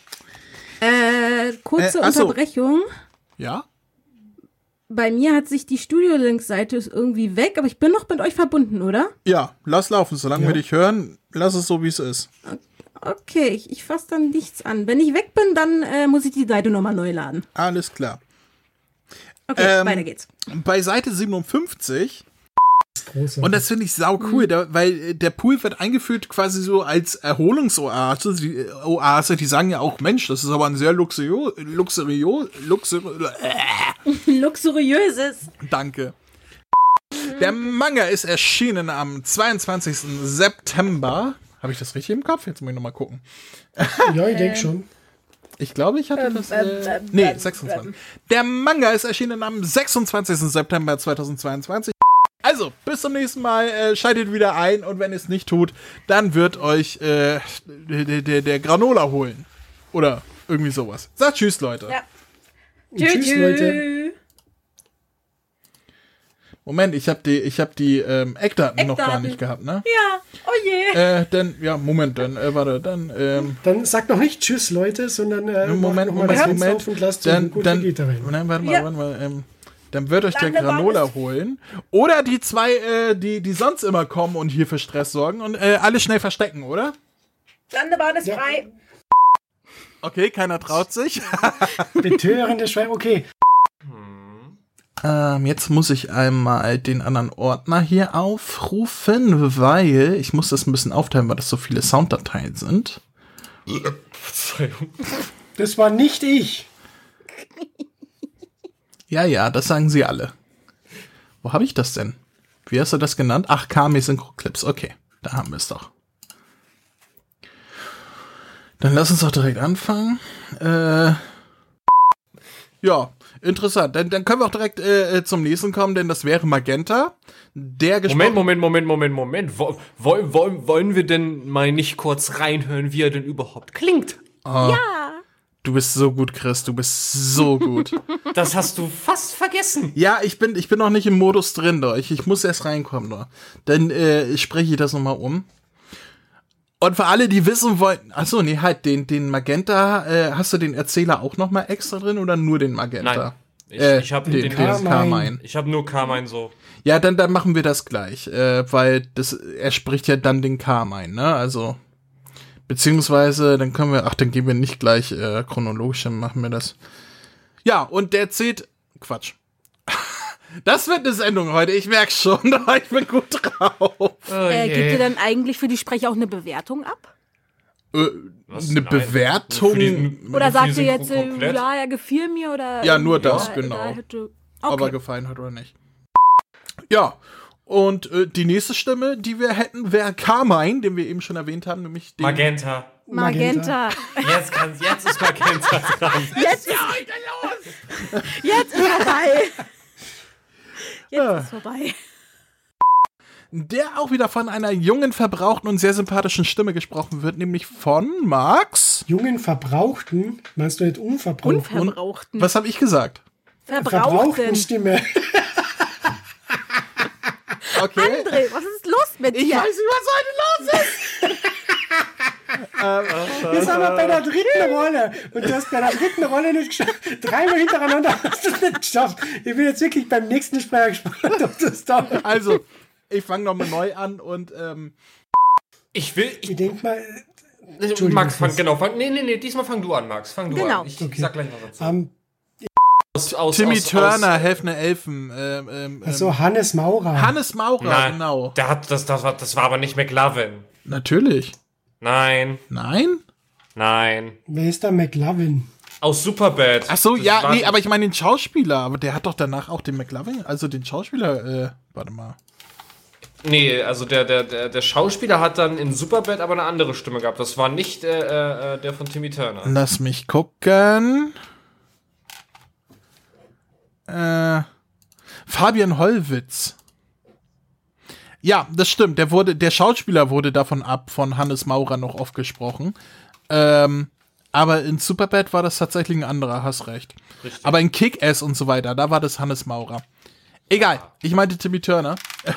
S7: Kurze Unterbrechung.
S1: Ja?
S7: Bei mir hat sich die Studio-Links-Seite irgendwie weg, aber ich bin noch mit euch verbunden, oder?
S1: Ja, lass laufen. Solange wir dich hören, lass es so, wie es ist.
S7: Okay, ich fasse dann nichts an. Wenn ich weg bin, dann muss ich die Seite nochmal neu laden.
S1: Alles klar.
S7: Okay, weiter geht's.
S1: Bei Seite 57,
S2: Großartig.
S1: und das finde ich sau cool, weil der Pool wird eingeführt quasi so als Erholungsoase. Die sagen ja auch, Mensch, das ist aber ein sehr
S7: Luxuriöses.
S1: Danke. Der Manga ist erschienen am 22. September. Habe ich das richtig im Kopf? Jetzt muss ich nochmal gucken.
S2: Ja, ich denke schon.
S1: Ich glaube, ich hatte das... 26. Der Manga ist erschienen am 26. September 2022. Also, bis zum nächsten Mal. Schaltet wieder ein. Und wenn ihr es nicht tut, dann wird euch der Granola holen. Oder irgendwie sowas. Sagt tschüss, Leute.
S4: Ja.
S2: Tschüss, Leute.
S1: Moment, ich hab die Eckdaten noch gar nicht gehabt, ne?
S4: Ja, oh je.
S1: Dann
S2: sag noch nicht Tschüss, Leute, sondern
S1: Moment.
S2: und lasst
S1: Dann
S2: rein.
S1: Dann wird euch der Granola holen. Oder die zwei, die sonst immer kommen und hier für Stress sorgen und alle schnell verstecken, oder?
S4: Landebahn ist frei.
S1: Okay, keiner traut sich.
S2: Betörende Schwein, okay.
S1: Jetzt muss ich einmal den anderen Ordner hier aufrufen, weil ich muss das ein bisschen aufteilen, weil das so viele Sounddateien sind.
S3: Verzeihung.
S2: Das war nicht ich.
S1: Ja, das sagen sie alle. Wo habe ich das denn? Wie hast du das genannt? Ach, Kami Synchro-Clips. Okay, da haben wir es doch. Dann lass uns doch direkt anfangen. Ja, interessant. Dann können wir auch direkt zum nächsten kommen, denn das wäre Magenta.
S3: Moment. Wollen wir denn mal nicht kurz reinhören, wie er denn überhaupt klingt?
S4: Ja.
S1: Du bist so gut, Chris. Du bist so gut.
S3: Das hast du fast vergessen.
S1: Ja, ich bin noch nicht im Modus drin, doch. Ich muss erst reinkommen, doch. Dann spreche ich das nochmal um. Und für alle, die wissen wollen, achso, nee, halt, den Magenta, hast du den Erzähler auch nochmal extra drin oder nur den Magenta?
S3: Nein, ich habe den
S2: Carmine.
S3: Ich habe nur Carmine so.
S1: Ja, dann machen wir das gleich, weil er spricht ja dann den Carmine, ne, also, beziehungsweise, dann dann gehen wir nicht gleich chronologisch, dann machen wir das. Ja, und der erzählt, Quatsch. Das wird eine Sendung heute, ich merk's schon, ich bin gut drauf.
S7: Gibt ihr dann eigentlich für die Sprecher auch eine Bewertung ab?
S1: Eine Bewertung?
S7: Oder sagt ihr jetzt,
S3: komplett?
S7: ja, er gefiel mir oder...
S1: Ja, nur das, genau. Ob er
S7: Okay.
S1: gefallen hat oder nicht. Ja, und die nächste Stimme, die wir hätten, wäre Carmine, den wir eben schon erwähnt haben, nämlich den...
S3: Magenta.
S7: Magenta.
S3: Jetzt ist Magenta dran.
S7: Jetzt ist vorbei. Jetzt ist vorbei.
S1: Der auch wieder von einer jungen, verbrauchten und sehr sympathischen Stimme gesprochen wird, nämlich von Max.
S2: Jungen Verbrauchten? Meinst du nicht unverbrauchten?
S7: Unverbrauchten.
S1: Was habe ich gesagt?
S7: Verbrauchten.
S2: Stimme.
S1: Okay.
S7: André, was ist los mit dir?
S1: Ich weiß nicht, was heute los ist.
S2: Wir sind aber bei der dritten Rolle. Und du hast bei der dritten Rolle nicht geschafft. 3-mal hintereinander hast du es nicht geschafft. Ich bin jetzt wirklich beim nächsten Sprecher gespannt, ob das da.
S1: Also, ich fange nochmal neu an und
S3: Ich
S2: denk mal.
S3: Max, nee, diesmal fang du an, Max. Fang du
S7: Genau.
S3: an. Ich sag gleich was dazu.
S1: Timmy Turner, Helfner Elfen.
S2: Also Hannes Maurer.
S1: Hannes Maurer,
S3: Nein,
S1: genau.
S3: das war aber nicht McLovin.
S1: Natürlich.
S3: Nein.
S1: Nein?
S2: Wer ist da McLovin?
S3: Aus Superbad.
S1: Ach so,
S3: Das
S1: ja,
S3: war-
S1: nee, aber ich meine den Schauspieler. Aber der hat doch danach auch den McLovin, also den Schauspieler, warte mal.
S3: Nee, also der Schauspieler hat dann in Superbad aber eine andere Stimme gehabt. Das war nicht der von Timmy Turner.
S1: Lass mich gucken. Fabian Hollwitz. Ja, das stimmt. Der Schauspieler wurde davon von Hannes Maurer noch oft gesprochen. Aber in Superbad war das tatsächlich ein anderer, hast recht.
S3: Richtig.
S1: Aber in Kick-Ass und so weiter, da war das Hannes Maurer. Egal, ich meinte Timmy Turner.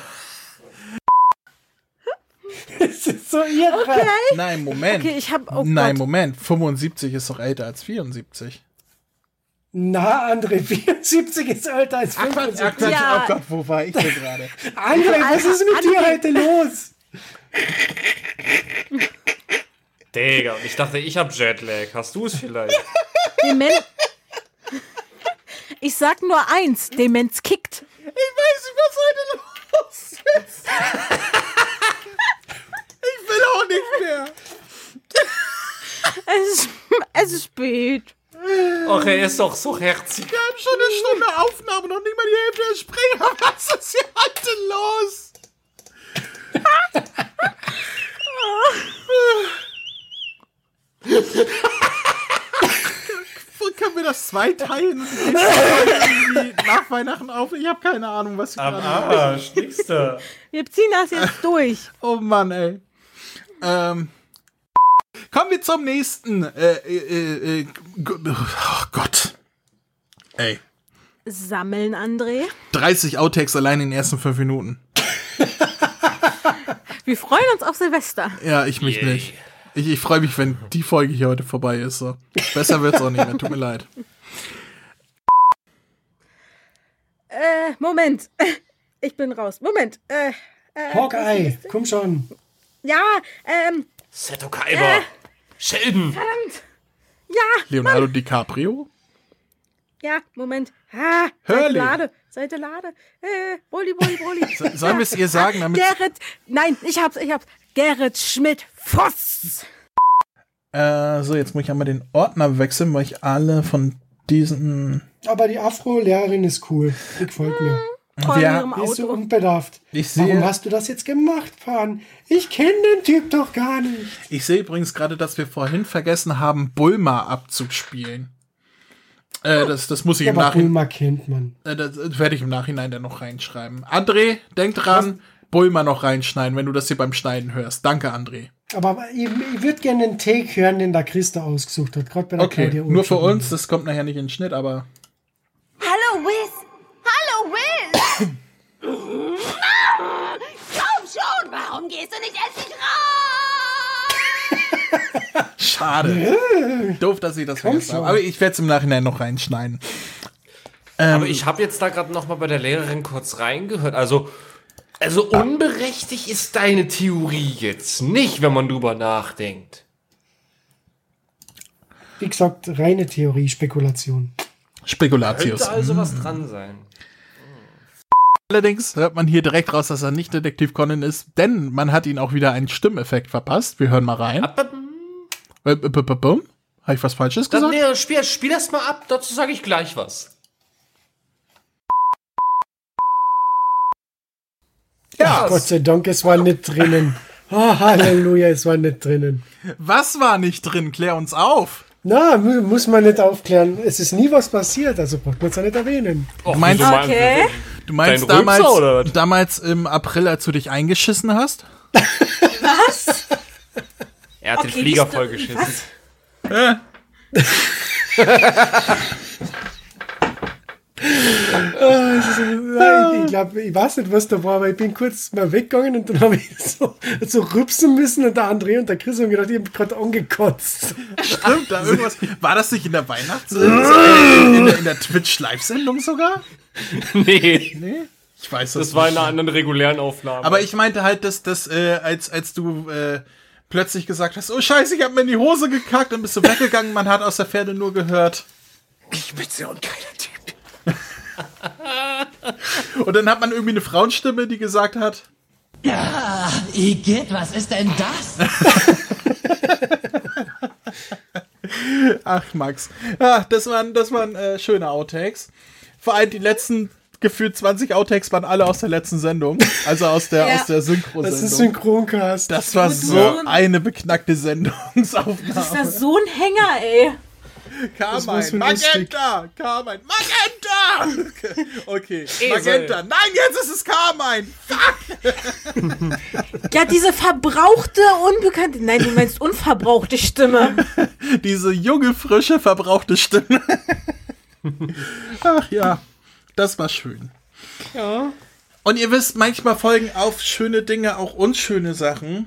S2: Das ist so irre.
S1: Nein, Moment.
S7: Okay, ich hab... Oh
S1: Nein,
S7: Gott.
S1: Moment. 75 ist doch älter als 74.
S2: Na, André, 74 ist älter als 75.
S7: Ja.
S1: Oh Gott, wo war ich denn gerade?
S2: André, was ist mit dir heute los?
S3: Digga, und ich dachte, ich hab Jetlag. Hast du es vielleicht?
S7: Ich sag nur eins, Demenz kickt.
S1: Ich weiß nicht, was heute los ist. Ich will auch nicht mehr.
S7: Es ist spät.
S3: Ach, er ist doch so herzig.
S1: Wir haben schon eine Stunde Aufnahme, noch nicht mal die Hälfte der Sprecher. Was ist hier heute los? Können wir das zweiteilen und die nächste Folge irgendwie nach Weihnachten auf? Ich habe keine Ahnung, was ich
S3: Am
S1: gerade
S3: Arsch, nix da.
S7: Wir ziehen das jetzt durch.
S1: Oh Mann, ey. Kommen wir zum nächsten. Oh Gott. Ey.
S7: Sammeln, André.
S1: 30 Outtakes allein in den ersten 5 Minuten.
S7: Wir freuen uns auf Silvester.
S1: Ja, ich mich nicht. Ich freue mich, wenn die Folge hier heute vorbei ist. So. Besser wird's auch nicht mehr. Tut mir leid.
S7: Moment. Ich bin raus. Moment.
S2: Hawkeye, komm schon.
S7: Ja,
S3: Seto Kaiba. Sheldon.
S7: verdammt. Ja,
S1: Leonardo DiCaprio?
S7: ja, Moment.
S1: Hurley.
S7: Seite Lade. Broli.
S1: Sollen wir es ihr sagen, damit.
S7: Gerrit. Nein, ich hab's. Gerrit Schmidt-Voss.
S1: So, jetzt muss ich einmal den Ordner wechseln, weil ich alle von diesen.
S2: Aber die Afro-Lehrerin ist cool. Die gefällt mir.
S7: Vor
S1: Ja,
S7: ihrem
S2: Die ist so
S7: Auto.
S2: unbedarft.
S1: Ich sehe-
S2: Warum hast du das jetzt gemacht, Pan? Ich kenne den Typ doch gar nicht.
S1: Ich sehe übrigens gerade, dass wir vorhin vergessen haben, Bulma abzuspielen. Das muss ich im
S2: Aber
S1: Nachhinein.
S2: Bulma kennt man.
S1: Das werde ich im Nachhinein dann noch reinschreiben. André, denk dran, Bulma noch reinschneiden, wenn du das hier beim Schneiden hörst. Danke, André.
S2: Aber ich würde gerne einen Take hören, den der Christa ausgesucht hat. Gerade bei der
S1: Okay,
S2: Claudia
S1: nur für
S2: Oetsch.
S1: uns, das kommt nachher nicht in den Schnitt, aber.
S8: Hallo, Wiz! Hallo, Wiz! Komm schon, warum gehst du nicht endlich raus?
S1: Schade. Doof, dass ich das vergessen habe. Aber ich werde es im Nachhinein noch reinschneiden.
S3: Aber ich habe jetzt da gerade noch mal bei der Lehrerin kurz reingehört. Also unberechtigt ist deine Theorie jetzt nicht, wenn man drüber nachdenkt.
S2: Wie gesagt, reine Theorie, Spekulation.
S1: Spekulatius.
S3: Könnte also was dran sein.
S1: Allerdings hört man hier direkt raus, dass er nicht Detektiv Conan ist, denn man hat ihn auch wieder einen Stimmeffekt verpasst. Wir hören mal rein. Habe ich was Falsches
S3: Dann,
S1: gesagt?
S3: nee, spiel das mal ab, dazu sage ich gleich was.
S2: Ja, Gott sei Dank, es war nicht drinnen. Oh, Halleluja, es war nicht drinnen.
S1: Was war nicht drin? Klär uns auf.
S2: Na, muss man nicht aufklären. Es ist nie was passiert, also braucht man es ja nicht erwähnen.
S1: Du meinst,
S4: Okay.
S1: du meinst
S3: Dein Rülpser, oder was?
S1: damals im April, als du dich eingeschissen hast?
S4: Was?
S3: Er hat den
S4: Okay,
S3: Flieger
S4: die Sto-
S3: vollgeschissen.
S2: Ich glaube, ich weiß nicht, was da war, aber ich bin kurz mal weggegangen und dann habe ich so rübsen müssen und der André und der Chris haben gedacht, ich habe gerade angekotzt.
S1: Stimmt, da irgendwas. War das nicht in der in der Twitch-Live-Sendung sogar?
S3: Nee,
S1: Ich weiß
S3: das war in einer anderen regulären Aufnahme.
S1: Aber ich meinte halt, dass als du plötzlich gesagt hast, oh Scheiße, ich hab mir in die Hose gekackt, dann bist du weggegangen, man hat aus der Ferne nur gehört.
S3: ich bin so ein geiler Typ.
S1: Und dann hat man irgendwie eine Frauenstimme, die gesagt hat,
S9: Ja, Igitt, was ist denn das?
S1: ach Max, das waren schöne Outtakes. Vor allem die letzten gefühlt 20 Outtakes waren alle aus der letzten Sendung, also aus der
S2: Das ist
S1: Synchro-Sendung.
S2: Synchroncast.
S1: Das war so eine beknackte Sendungsaufnahme.
S4: Das ist ja so ein Hänger, ey.
S2: Das war
S1: Carmine,
S2: so lustig.
S1: Magenta! Carmine, Magenta! Okay,
S3: Esel.
S1: Magenta. Nein, jetzt ist es Carmine! Fuck!
S4: Ja, diese verbrauchte, unbekannte, nein, du meinst unverbrauchte Stimme.
S1: Diese junge, frische, verbrauchte Stimme. Ach ja, das war schön.
S3: Ja.
S1: Und ihr wisst, manchmal folgen auf schöne Dinge auch unschöne Sachen.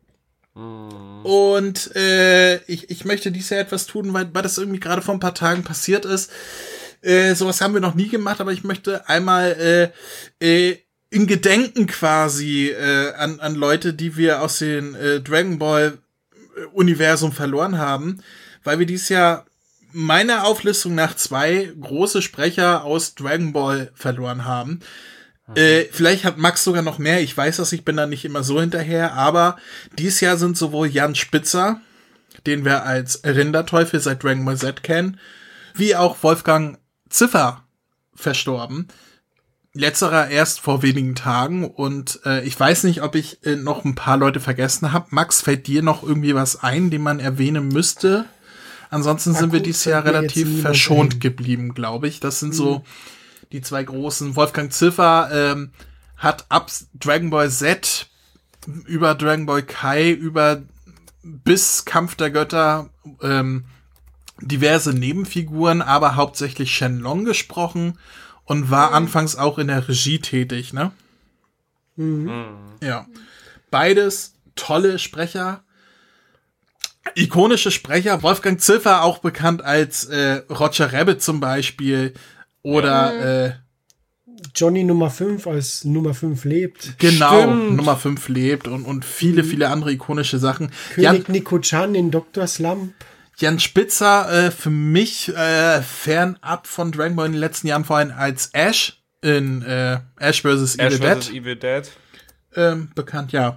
S1: Und ich möchte dies Jahr etwas tun, weil das irgendwie gerade vor ein paar Tagen passiert ist. Sowas haben wir noch nie gemacht, aber ich möchte einmal in Gedenken quasi an Leute, die wir aus dem Dragon Ball Universum verloren haben, weil wir dieses Jahr meiner Auflistung nach 2 große Sprecher aus Dragon Ball verloren haben. Vielleicht hat Max sogar noch mehr. Ich weiß das, ich bin da nicht immer so hinterher. Aber dieses Jahr sind sowohl Jan Spitzer, den wir als Rinderteufel seit Dragon Ball Z kennen, wie auch Wolfgang Ziffer verstorben. Letzterer erst vor wenigen Tagen. Und ich weiß nicht, ob ich noch ein paar Leute vergessen habe. Max, fällt dir noch irgendwie was ein, den man erwähnen müsste? Ansonsten sind wir dieses Jahr relativ verschont geblieben, glaube ich. Das sind so die 2 großen. Wolfgang Ziffer hat ab Dragon Ball Z über Dragon Ball Kai bis Kampf der Götter diverse Nebenfiguren, aber hauptsächlich Shenlong gesprochen und war anfangs auch in der Regie tätig, ne? Ja. Beides tolle Sprecher. Ikonische Sprecher. Wolfgang Ziffer, auch bekannt als Roger Rabbit zum Beispiel. Oder
S2: Johnny Nummer 5 als Nummer 5 lebt.
S1: genau,
S3: Stimmt.
S1: Nummer 5 lebt und viele, viele andere ikonische Sachen.
S2: König Nico-chan in Dr. Slump.
S1: Jan Spitzer für mich fernab von Dragon Ball in den letzten Jahren, vor allem als Ash in Ash vs. Evil Dead.
S3: Evil Dead.
S1: Bekannt, ja.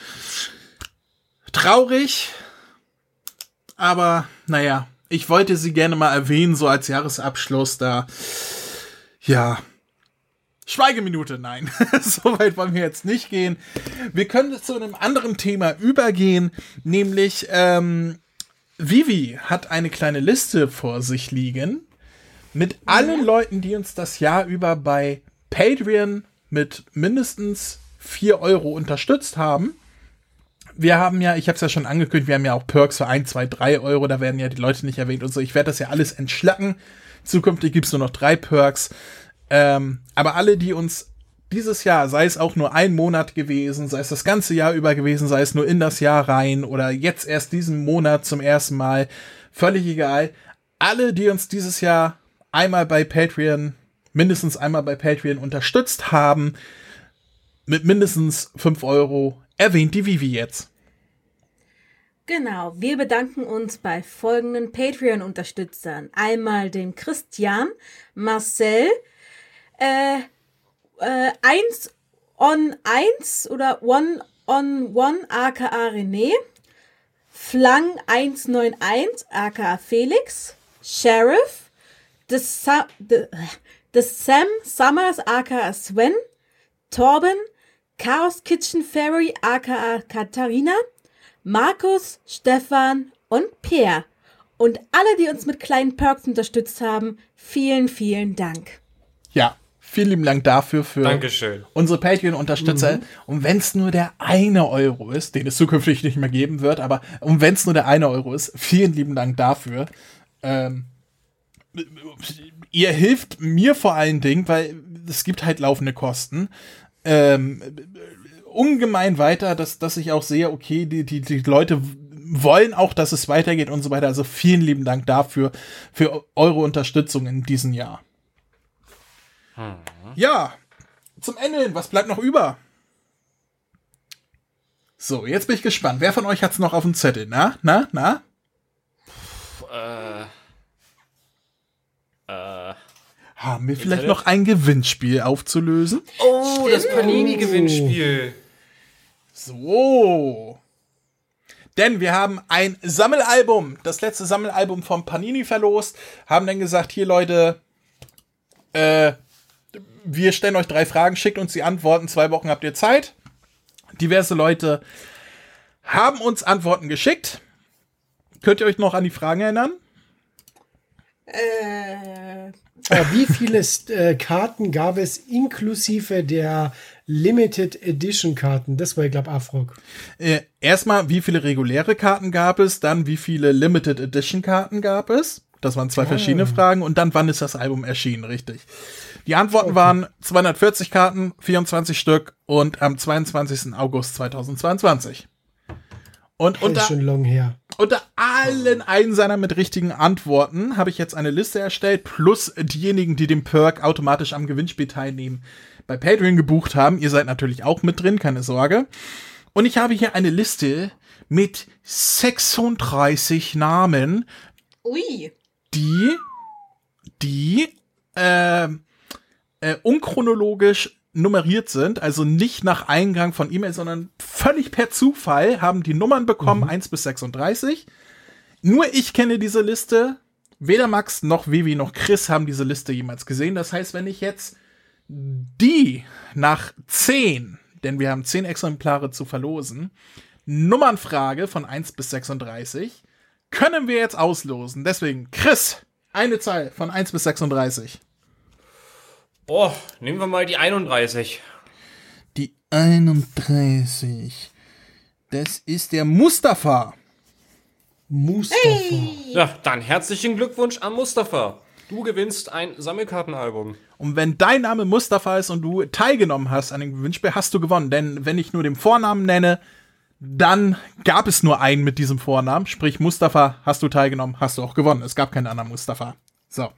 S1: Traurig, aber naja, ich wollte sie gerne mal erwähnen, so als Jahresabschluss da. Ja. Schweigeminute, nein. So weit wollen wir jetzt nicht gehen. Wir können zu einem anderen Thema übergehen, nämlich Vivi hat eine kleine Liste vor sich liegen mit allen Leuten, die uns das Jahr über bei Patreon mit mindestens 4 Euro unterstützt haben. Wir haben ja, ich habe es ja schon angekündigt, wir haben ja auch Perks für 1, 2, 3 Euro, da werden ja die Leute nicht erwähnt und so. Ich werde das ja alles entschlacken. Zukünftig gibt's nur noch 3 Perks. Aber alle, die uns dieses Jahr, sei es auch nur ein Monat gewesen, sei es das ganze Jahr über gewesen, sei es nur in das Jahr rein oder jetzt erst diesen Monat zum ersten Mal, völlig egal. Alle, die uns dieses Jahr mindestens einmal bei Patreon unterstützt haben, mit mindestens 5 Euro, erwähnt die Vivi jetzt.
S7: Genau, wir bedanken uns bei folgenden Patreon-Unterstützern. Einmal dem Christian, Marcel, 1 on 1 oder 1 on 1 aka René, Flang 191 aka Felix, Sheriff, The Sam Summers aka Sven, Torben, Chaos Kitchen Fairy aka Katharina, Markus, Stefan und Peer. Und alle, die uns mit kleinen Perks unterstützt haben, vielen, vielen Dank.
S1: Ja, vielen lieben Dank dafür für
S3: Dankeschön.
S1: Unsere Patreon-Unterstützer. Und wenn es nur der 1 Euro ist, den es zukünftig nicht mehr geben wird, aber wenn es nur der 1 Euro ist, vielen lieben Dank dafür. Ihr hilft mir vor allen Dingen, weil es gibt halt laufende Kosten, ungemein weiter, dass ich auch sehe, okay, die Leute wollen auch, dass es weitergeht und so weiter. Also vielen lieben Dank dafür, für eure Unterstützung in diesem Jahr. Ja, zum Ende hin, was bleibt noch über? So, jetzt bin ich gespannt. Wer von euch hat's noch auf dem Zettel? Na? Haben wir vielleicht noch ein Gewinnspiel aufzulösen?
S3: Oh, das Panini-Gewinnspiel.
S1: So. Denn wir haben ein Sammelalbum, das letzte Sammelalbum vom Panini verlost, haben dann gesagt, hier Leute, wir stellen euch 3 Fragen, schickt uns die Antworten, 2 Wochen habt ihr Zeit. Diverse Leute haben uns Antworten geschickt. Könnt ihr euch noch an die Fragen erinnern?
S2: Wie viele Karten gab es inklusive der Limited Edition Karten? Das war, ich glaube, Afrog.
S1: Erstmal, wie viele reguläre Karten gab es? Dann, wie viele Limited Edition Karten gab es? Das waren 2 verschiedene Fragen. Und dann, wann ist das Album erschienen? Richtig. Die Antworten waren 240 Karten, 24 Stück und am 22. August 2022. Und
S2: Das ist schon lang her.
S1: unter allen Einsendern mit richtigen Antworten habe ich jetzt eine Liste erstellt, plus diejenigen, die den Perk automatisch am Gewinnspiel teilnehmen, bei Patreon gebucht haben. Ihr seid natürlich auch mit drin, keine Sorge. Und ich habe hier eine Liste mit 36 Namen,
S7: Ui.
S1: die unchronologisch nummeriert sind, also nicht nach Eingang von E-Mail, sondern völlig per Zufall haben die Nummern bekommen, 1 bis 36. Nur ich kenne diese Liste. Weder Max noch Vivi noch Chris haben diese Liste jemals gesehen. Das heißt, wenn ich jetzt die nach 10, denn wir haben 10 Exemplare zu verlosen, Nummernfrage von 1 bis 36, können wir jetzt auslosen. Deswegen, Chris, eine Zahl von 1 bis 36.
S3: Oh, nehmen wir mal die 31.
S1: Die 31. Das ist der Mustafa.
S3: Ja, dann herzlichen Glückwunsch an Mustafa. Du gewinnst ein Sammelkartenalbum.
S1: Und wenn dein Name Mustafa ist und du teilgenommen hast an dem Gewinnspiel, hast du gewonnen. Denn wenn ich nur den Vornamen nenne, dann gab es nur einen mit diesem Vornamen. Sprich, Mustafa, hast du teilgenommen, hast du auch gewonnen. Es gab keinen anderen Mustafa. So.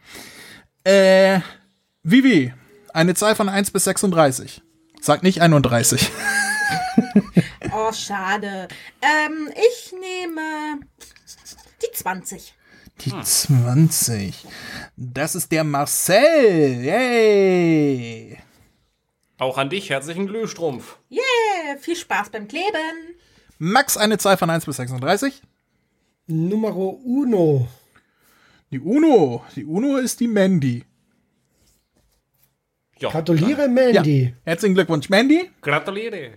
S1: Vivi, eine Zahl von 1 bis 36. Sag nicht 31.
S7: Oh, schade. Ich nehme die 20.
S1: Die 20. Das ist der Marcel. Yay.
S3: Auch an dich herzlichen Glühstrumpf.
S7: Yeah, viel Spaß beim Kleben.
S1: Max, eine Zahl von 1 bis 36.
S2: Numero uno.
S1: Die Uno ist die Mandy.
S3: Ja,
S2: Gratuliere, Mandy.
S1: Ja. Herzlichen Glückwunsch, Mandy.
S3: gratuliere.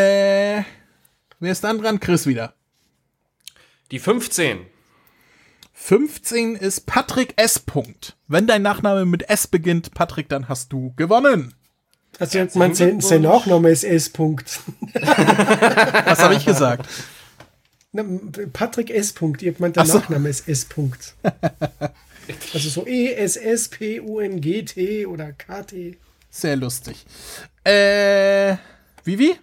S1: Wer ist dann dran? Chris wieder.
S3: Die 15.
S1: 15 ist Patrick S. Wenn dein Nachname mit S beginnt, Patrick, dann hast du gewonnen.
S2: Also jetzt mein sein Nachname ist S.
S1: Was habe ich gesagt?
S2: Na, Patrick S. Ich hab meint, der Nachname ist S. Also so ESSPUNGT oder KT.
S1: Sehr lustig. Vivi?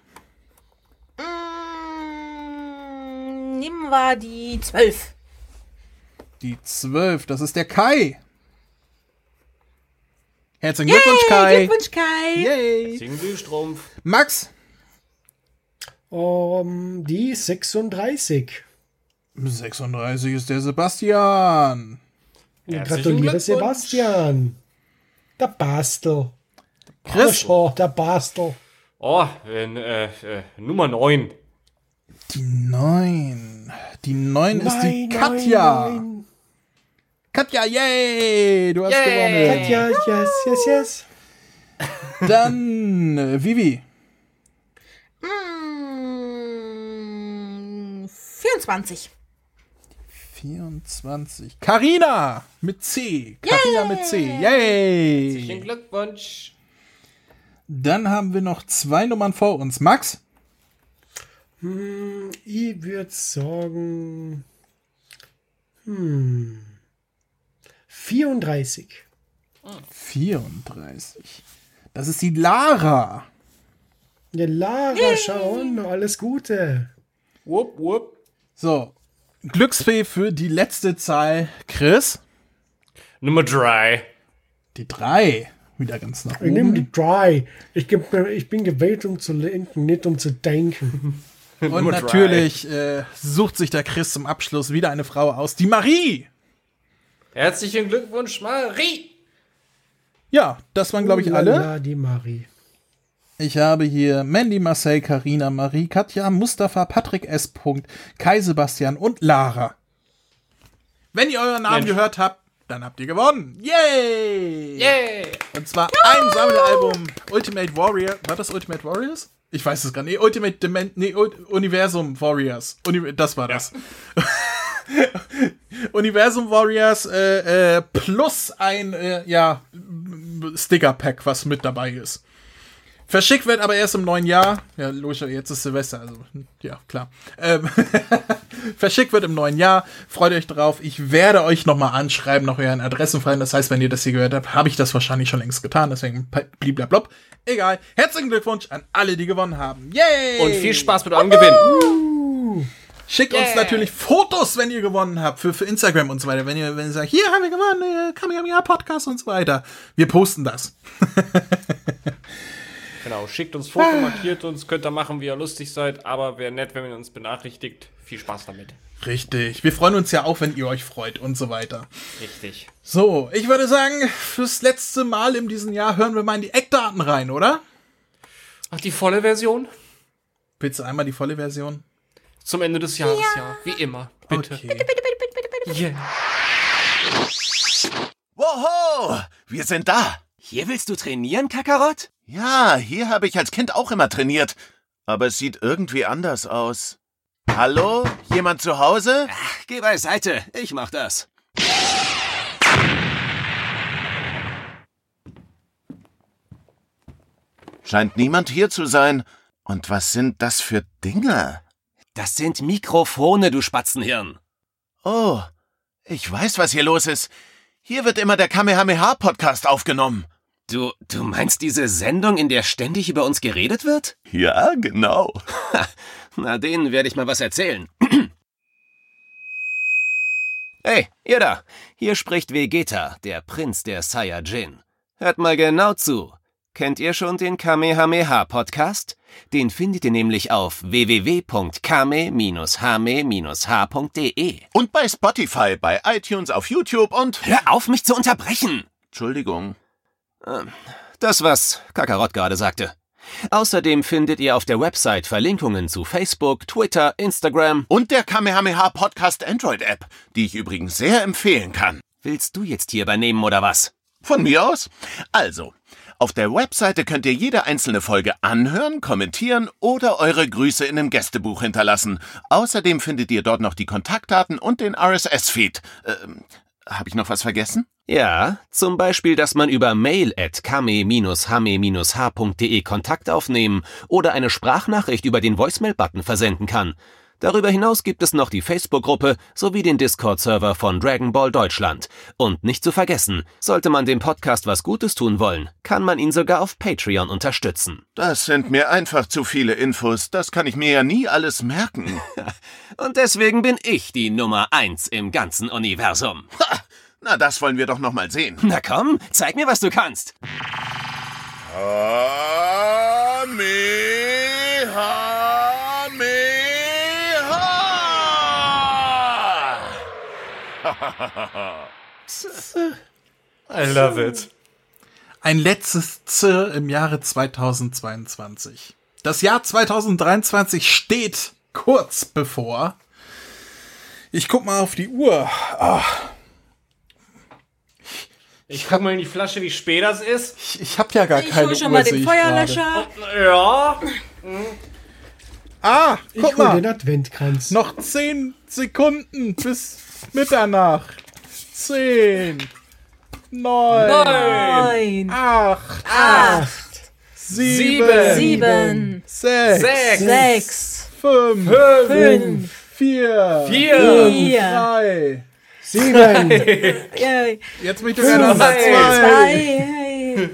S7: Nehmen wir die 12.
S1: Die 12, das ist der Kai. Herzlichen Glückwunsch, Kai.
S7: Glückwunsch, Kai.
S1: Yay.
S3: Singelstrumpf.
S1: Max?
S2: Die 36.
S1: 36 ist der Sebastian.
S2: Gratuliere, Sebastian. Der Bastel.
S1: Chris?
S2: Der Bastel.
S3: Oh, Nummer 9.
S1: Die 9. Die 9 ist die Katja.
S2: 9.
S1: Katja, yay! Du hast gewonnen.
S2: Katja, yes.
S1: Dann Vivi.
S7: 24.
S1: 24. Carina mit C. Carina mit C. Yay!
S3: Herzlichen Glückwunsch.
S1: Dann haben wir noch 2 Nummern vor uns. Max?
S2: Ich würde sagen 34.
S1: 34. Das ist die Lara.
S2: Ja, Lara, schauen, alles Gute.
S3: Wupp, wupp.
S1: So, Glücksfee für die letzte Zahl. Chris?
S3: Nummer 3.
S1: Die 3. Wieder ganz nach
S2: Ich nehme
S1: oben.
S2: die 3. Ich bin gewählt, um zu lenken, nicht um zu denken.
S1: Und
S3: Nummer
S1: natürlich sucht sich der Chris zum Abschluss wieder eine Frau aus. Die Marie.
S3: Herzlichen Glückwunsch, Marie.
S1: Ja, das waren, glaube ich, alle.
S2: Ja, die Marie.
S1: Ich habe hier Mandy, Marcel, Carina, Marie, Katja, Mustafa, Patrick S. Kai, Sebastian und Lara. Wenn ihr euren Namen gehört habt, dann habt ihr gewonnen. Yay!
S3: Yay!
S1: Und zwar ein Sammelalbum Ultimate Warrior. War das Ultimate Warriors? Ich weiß es gar nicht. Universum Warriors. Das war das. Ja. Universum Warriors plus ein Sticker-Pack, was mit dabei ist. Verschickt wird aber erst im neuen Jahr. Ja, logisch, jetzt ist Silvester, also ja, klar. Verschickt wird im neuen Jahr. Freut euch drauf. Ich werde euch nochmal anschreiben, noch euren Adressenfragen. Das heißt, wenn ihr das hier gehört habt, habe ich das wahrscheinlich schon längst getan. Deswegen bliblablub. Egal. Herzlichen Glückwunsch an alle, die gewonnen haben. Yay!
S3: Und viel Spaß mit eurem Gewinn.
S1: Schickt uns natürlich Fotos, wenn ihr gewonnen habt, für Instagram und so weiter. Wenn ihr sagt, hier haben wir gewonnen, Kamehameha Podcast und so weiter. Wir posten das.
S3: Genau, schickt uns Foto, markiert uns, könnt ihr machen, wie ihr lustig seid, aber wäre nett, wenn ihr uns benachrichtigt. Viel Spaß damit.
S1: Richtig. Wir freuen uns ja auch, wenn ihr euch freut und so weiter.
S3: Richtig.
S1: So, ich würde sagen, fürs letzte Mal in diesem Jahr hören wir mal in die Eckdaten rein, oder?
S3: Ach, die volle Version?
S1: Bitte einmal die volle Version.
S3: Zum Ende des Jahres, ja. Wie immer. Bitte.
S1: Okay.
S7: Bitte.
S3: Yeah.
S10: Woho! Wir sind da!
S11: Hier willst du trainieren, Kakarott?
S10: Ja, hier habe ich als Kind auch immer trainiert. Aber es sieht irgendwie anders aus. Hallo? Jemand zu Hause?
S11: Ach, geh beiseite. Ich mach das.
S10: Scheint niemand hier zu sein. Und was sind das für Dinge?
S11: Das sind Mikrofone, du Spatzenhirn.
S10: Oh, ich weiß, was hier los ist. Hier wird immer der Kamehameha-Podcast aufgenommen.
S11: Du meinst diese Sendung, in der ständig über uns geredet wird?
S10: Ja, genau.
S11: Na, denen werde ich mal was erzählen. Hey, ihr da. Hier spricht Vegeta, der Prinz der Saiyajin. Hört mal genau zu. Kennt ihr schon den Kamehameha-Podcast? Den findet ihr nämlich auf www.kame-hame-h.de.
S10: Und bei Spotify, bei iTunes, auf YouTube und...
S11: Hör auf, mich zu unterbrechen!
S10: Entschuldigung.
S11: Das, was Kakarott gerade sagte. Außerdem findet ihr auf der Website Verlinkungen zu Facebook, Twitter, Instagram
S10: und der Kamehameha Podcast Android-App, die ich übrigens sehr empfehlen kann.
S11: Willst du jetzt hier übernehmen oder was?
S10: Von mir aus? Also, Auf der Webseite könnt ihr jede einzelne Folge anhören, kommentieren oder eure Grüße in einem Gästebuch hinterlassen. Außerdem findet ihr dort noch die Kontaktdaten und den RSS-Feed. Habe ich noch was vergessen?
S11: Ja, zum Beispiel, dass man über mail@kame-hame-h.de Kontakt aufnehmen oder eine Sprachnachricht über den Voicemail-Button versenden kann. Darüber hinaus gibt es noch die Facebook-Gruppe sowie den Discord-Server von Dragon Ball Deutschland. Und nicht zu vergessen, sollte man dem Podcast was Gutes tun wollen, kann man ihn sogar auf Patreon unterstützen.
S10: Das sind mir einfach zu viele Infos. Das kann ich mir ja nie alles merken.
S11: Und deswegen bin ich die Nummer 1 im ganzen Universum.
S10: Ha! Na, das wollen wir doch noch mal sehen.
S11: Na komm, zeig mir, was du kannst.
S3: I love it.
S1: Ein letztes Z im Jahre 2022. Das Jahr 2023 steht kurz bevor. Ich guck mal auf die Uhr.
S3: Ich guck mal in die Flasche, wie spät das ist.
S1: Ich hab ja gar keine Uhr.
S7: Ich hol schon mal den Feuerlöscher.
S3: Ja.
S1: Guck
S2: Ich hol
S1: mal.
S2: den Adventkranz.
S1: Noch 10 Sekunden bis Mitternacht. 10, 9, 8, 7, 6, 5, 4, 3,
S2: 7.
S1: Jetzt möchte ich noch 2,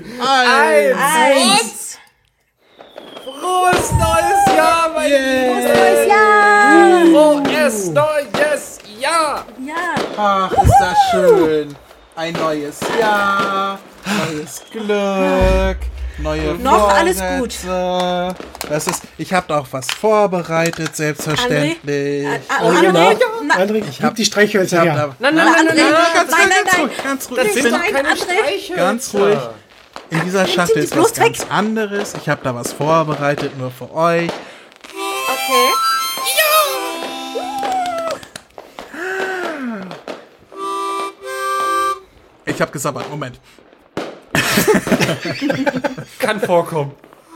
S1: 1.
S3: Frohes neues Jahr, mein
S4: Frohes neues Jahr!
S3: Frohes neues Jahr!
S4: Ja.
S1: Ach, ist das schön. Ein neues Jahr, neues Glück, neue
S7: Noch alles
S1: Vorsätze. Das ist, ich habe da auch was vorbereitet, selbstverständlich.
S2: André, ich hab die Streichhölzer her.
S3: Nein,
S1: Ganz ruhig.
S3: Das sind doch keine Streichhölzer.
S1: Ganz ruhig. In dieser Schachtel ist was ganz anderes. Ich habe da was vorbereitet, nur für euch.
S7: Okay.
S1: Ich habe gesabbert. Moment.
S3: Kann vorkommen.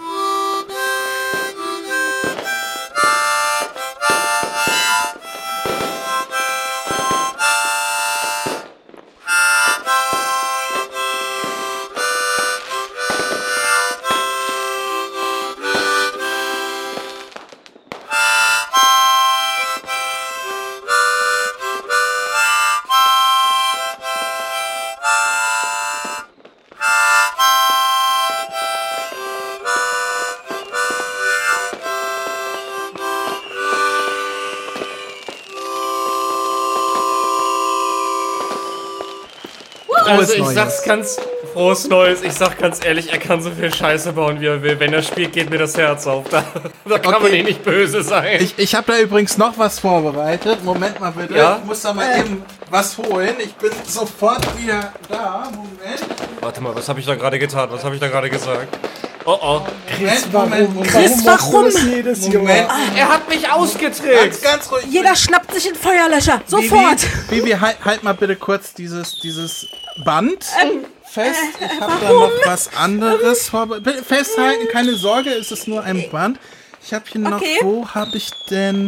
S3: Also ich sag's ganz frohes Neues. Ich sag ganz ehrlich, er kann so viel Scheiße bauen, wie er will. Wenn er spielt, geht mir das Herz auf. Da kann man nicht böse sein.
S1: Ich habe da übrigens noch was vorbereitet. Moment mal bitte.
S3: Ja?
S1: Ich muss da mal eben was holen. Ich bin sofort wieder da. Moment.
S3: Warte mal, was habe ich da gerade getan? Was habe ich da gerade gesagt? Oh oh.
S1: Moment.
S7: Chris, warum?
S1: Moment.
S3: Er hat mich ausgetrickst.
S1: Ganz ruhig.
S7: Jeder schnappt sich einen Feuerlöscher. Sofort.
S1: Bibi, halt mal bitte kurz dieses Band fest. Ich habe da noch was anderes vorbereitet. Festhalten, keine Sorge, es ist nur ein Band. Ich habe hier noch, wo habe ich denn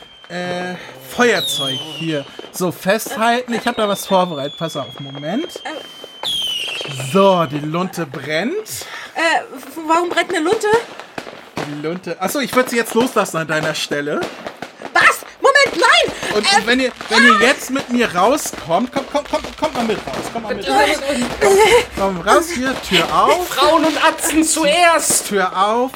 S1: Feuerzeug hier. So, festhalten, ich habe da was vorbereitet. Pass auf, Moment. So, die Lunte brennt.
S7: Warum brennt eine Lunte?
S1: Die Lunte. Achso, ich würde sie jetzt loslassen an deiner Stelle.
S7: Was? Moment, nein!
S1: Und wenn ihr jetzt mit mir rauskommt, kommt mal mit raus. Komm raus hier, Tür auf.
S3: Frauen und Atzen zuerst.
S1: Tür auf.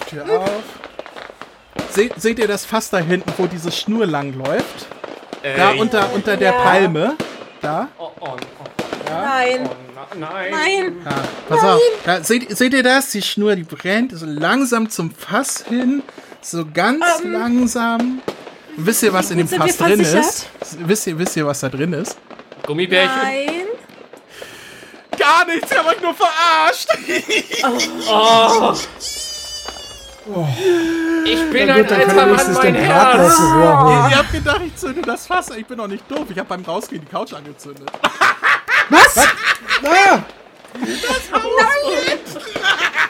S1: Seht ihr das Fass da hinten, wo diese Schnur lang läuft? Da unter der Palme. Da.
S3: Oh.
S1: Ja.
S7: Nein.
S3: Nein.
S1: Ja, pass auf. Da, seht ihr das? Die Schnur, die brennt so langsam zum Fass hin. So ganz langsam. Wisst ihr, was in dem Fass drin ist? Wisst ihr, was da drin ist?
S3: Gummibärchen?
S7: Nein.
S1: Gar nichts, ich hab euch nur verarscht.
S3: Ich bin ein alter Mann, mein Herz.
S1: Ihr habt gedacht, ich zünde das Fass. Ich bin doch nicht doof. Ich hab beim Rausgehen die Couch angezündet.
S2: Was? Ah!
S1: Das Haus brennt.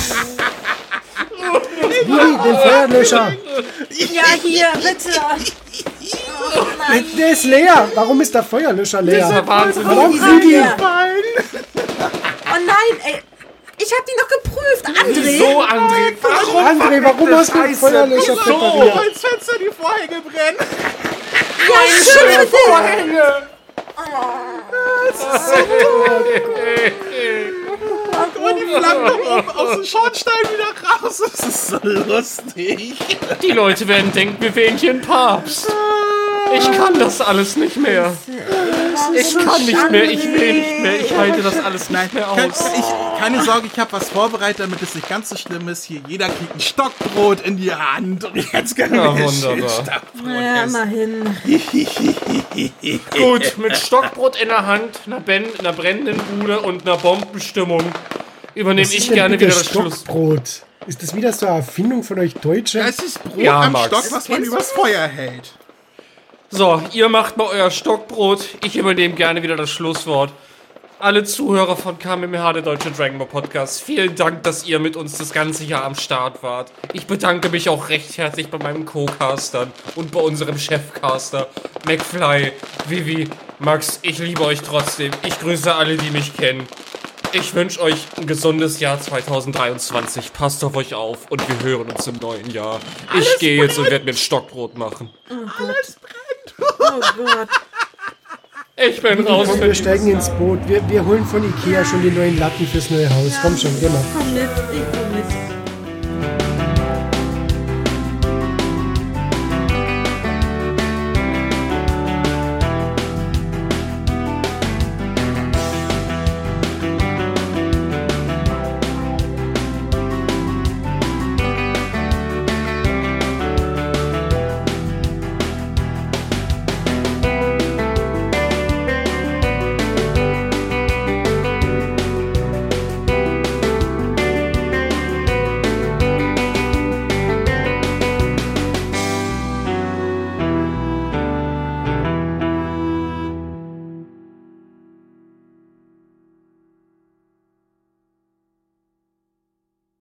S2: Wie, den Feuerlöscher.
S7: Ja, hier, bitte. Oh, nein.
S2: Der ist leer. Warum ist der Feuerlöscher leer?
S3: Das ist Wahnsinn.
S2: Warum
S7: Die
S2: sind
S7: sind
S2: die?
S7: leer. Oh nein, ey. Ich hab die noch geprüft, André.
S3: So, André,
S2: Warum hast du den Feuerlöscher präpariert?
S1: Ins Fenster die Vorhänge brennen.
S7: Ja, schön für dich.
S3: Vorhänge.
S1: Und die Flammen kommen oben aus dem Schornstein wieder raus. Das ist so lustig.
S3: Die Leute werden denken, wir wählen hier einen Papst. Ich kann das alles nicht mehr. Ich kann nicht mehr, ich will nicht mehr, ich halte das alles nicht mehr aus.
S1: Keine Sorge, ich habe was vorbereitet, damit es nicht ganz so schlimm ist. Hier, jeder kriegt ein Stockbrot in die Hand. Und jetzt können wir
S3: wunderbar.
S7: Ja, immerhin.
S3: Gut, mit Stockbrot in der Hand, einer brennenden Bude und einer Bombenstimmung übernehme ich gerne wieder das Schluss.
S2: Stockbrot. Ist das wieder so eine Erfindung von euch Deutschen?
S1: Das ist Brot
S3: Ja,
S1: am
S3: Max.
S1: Stock, was man übers Feuer hält.
S3: So, ihr macht mal euer Stockbrot. Ich übernehme gerne wieder das Schlusswort. Alle Zuhörer von KMMH, der Deutsche Dragon Ball Podcast, vielen Dank, dass ihr mit uns das ganze Jahr am Start wart. Ich bedanke mich auch recht herzlich bei meinen Co-Castern und bei unserem Chefcaster, McFly, Vivi, Max. Ich liebe euch trotzdem. Ich grüße alle, die mich kennen. Ich wünsche euch ein gesundes Jahr 2023. Passt auf euch auf und wir hören uns im neuen Jahr. Ich gehe jetzt und werde mir ein Stockbrot machen.
S1: Alles brennt.
S7: Oh Gott.
S3: Ich bin raus.
S2: Komm, wir steigen ins Boot. Wir holen von Ikea schon die neuen Latten fürs neue Haus. Komm schon, geh mal.
S7: Komm mit, ich komm mit.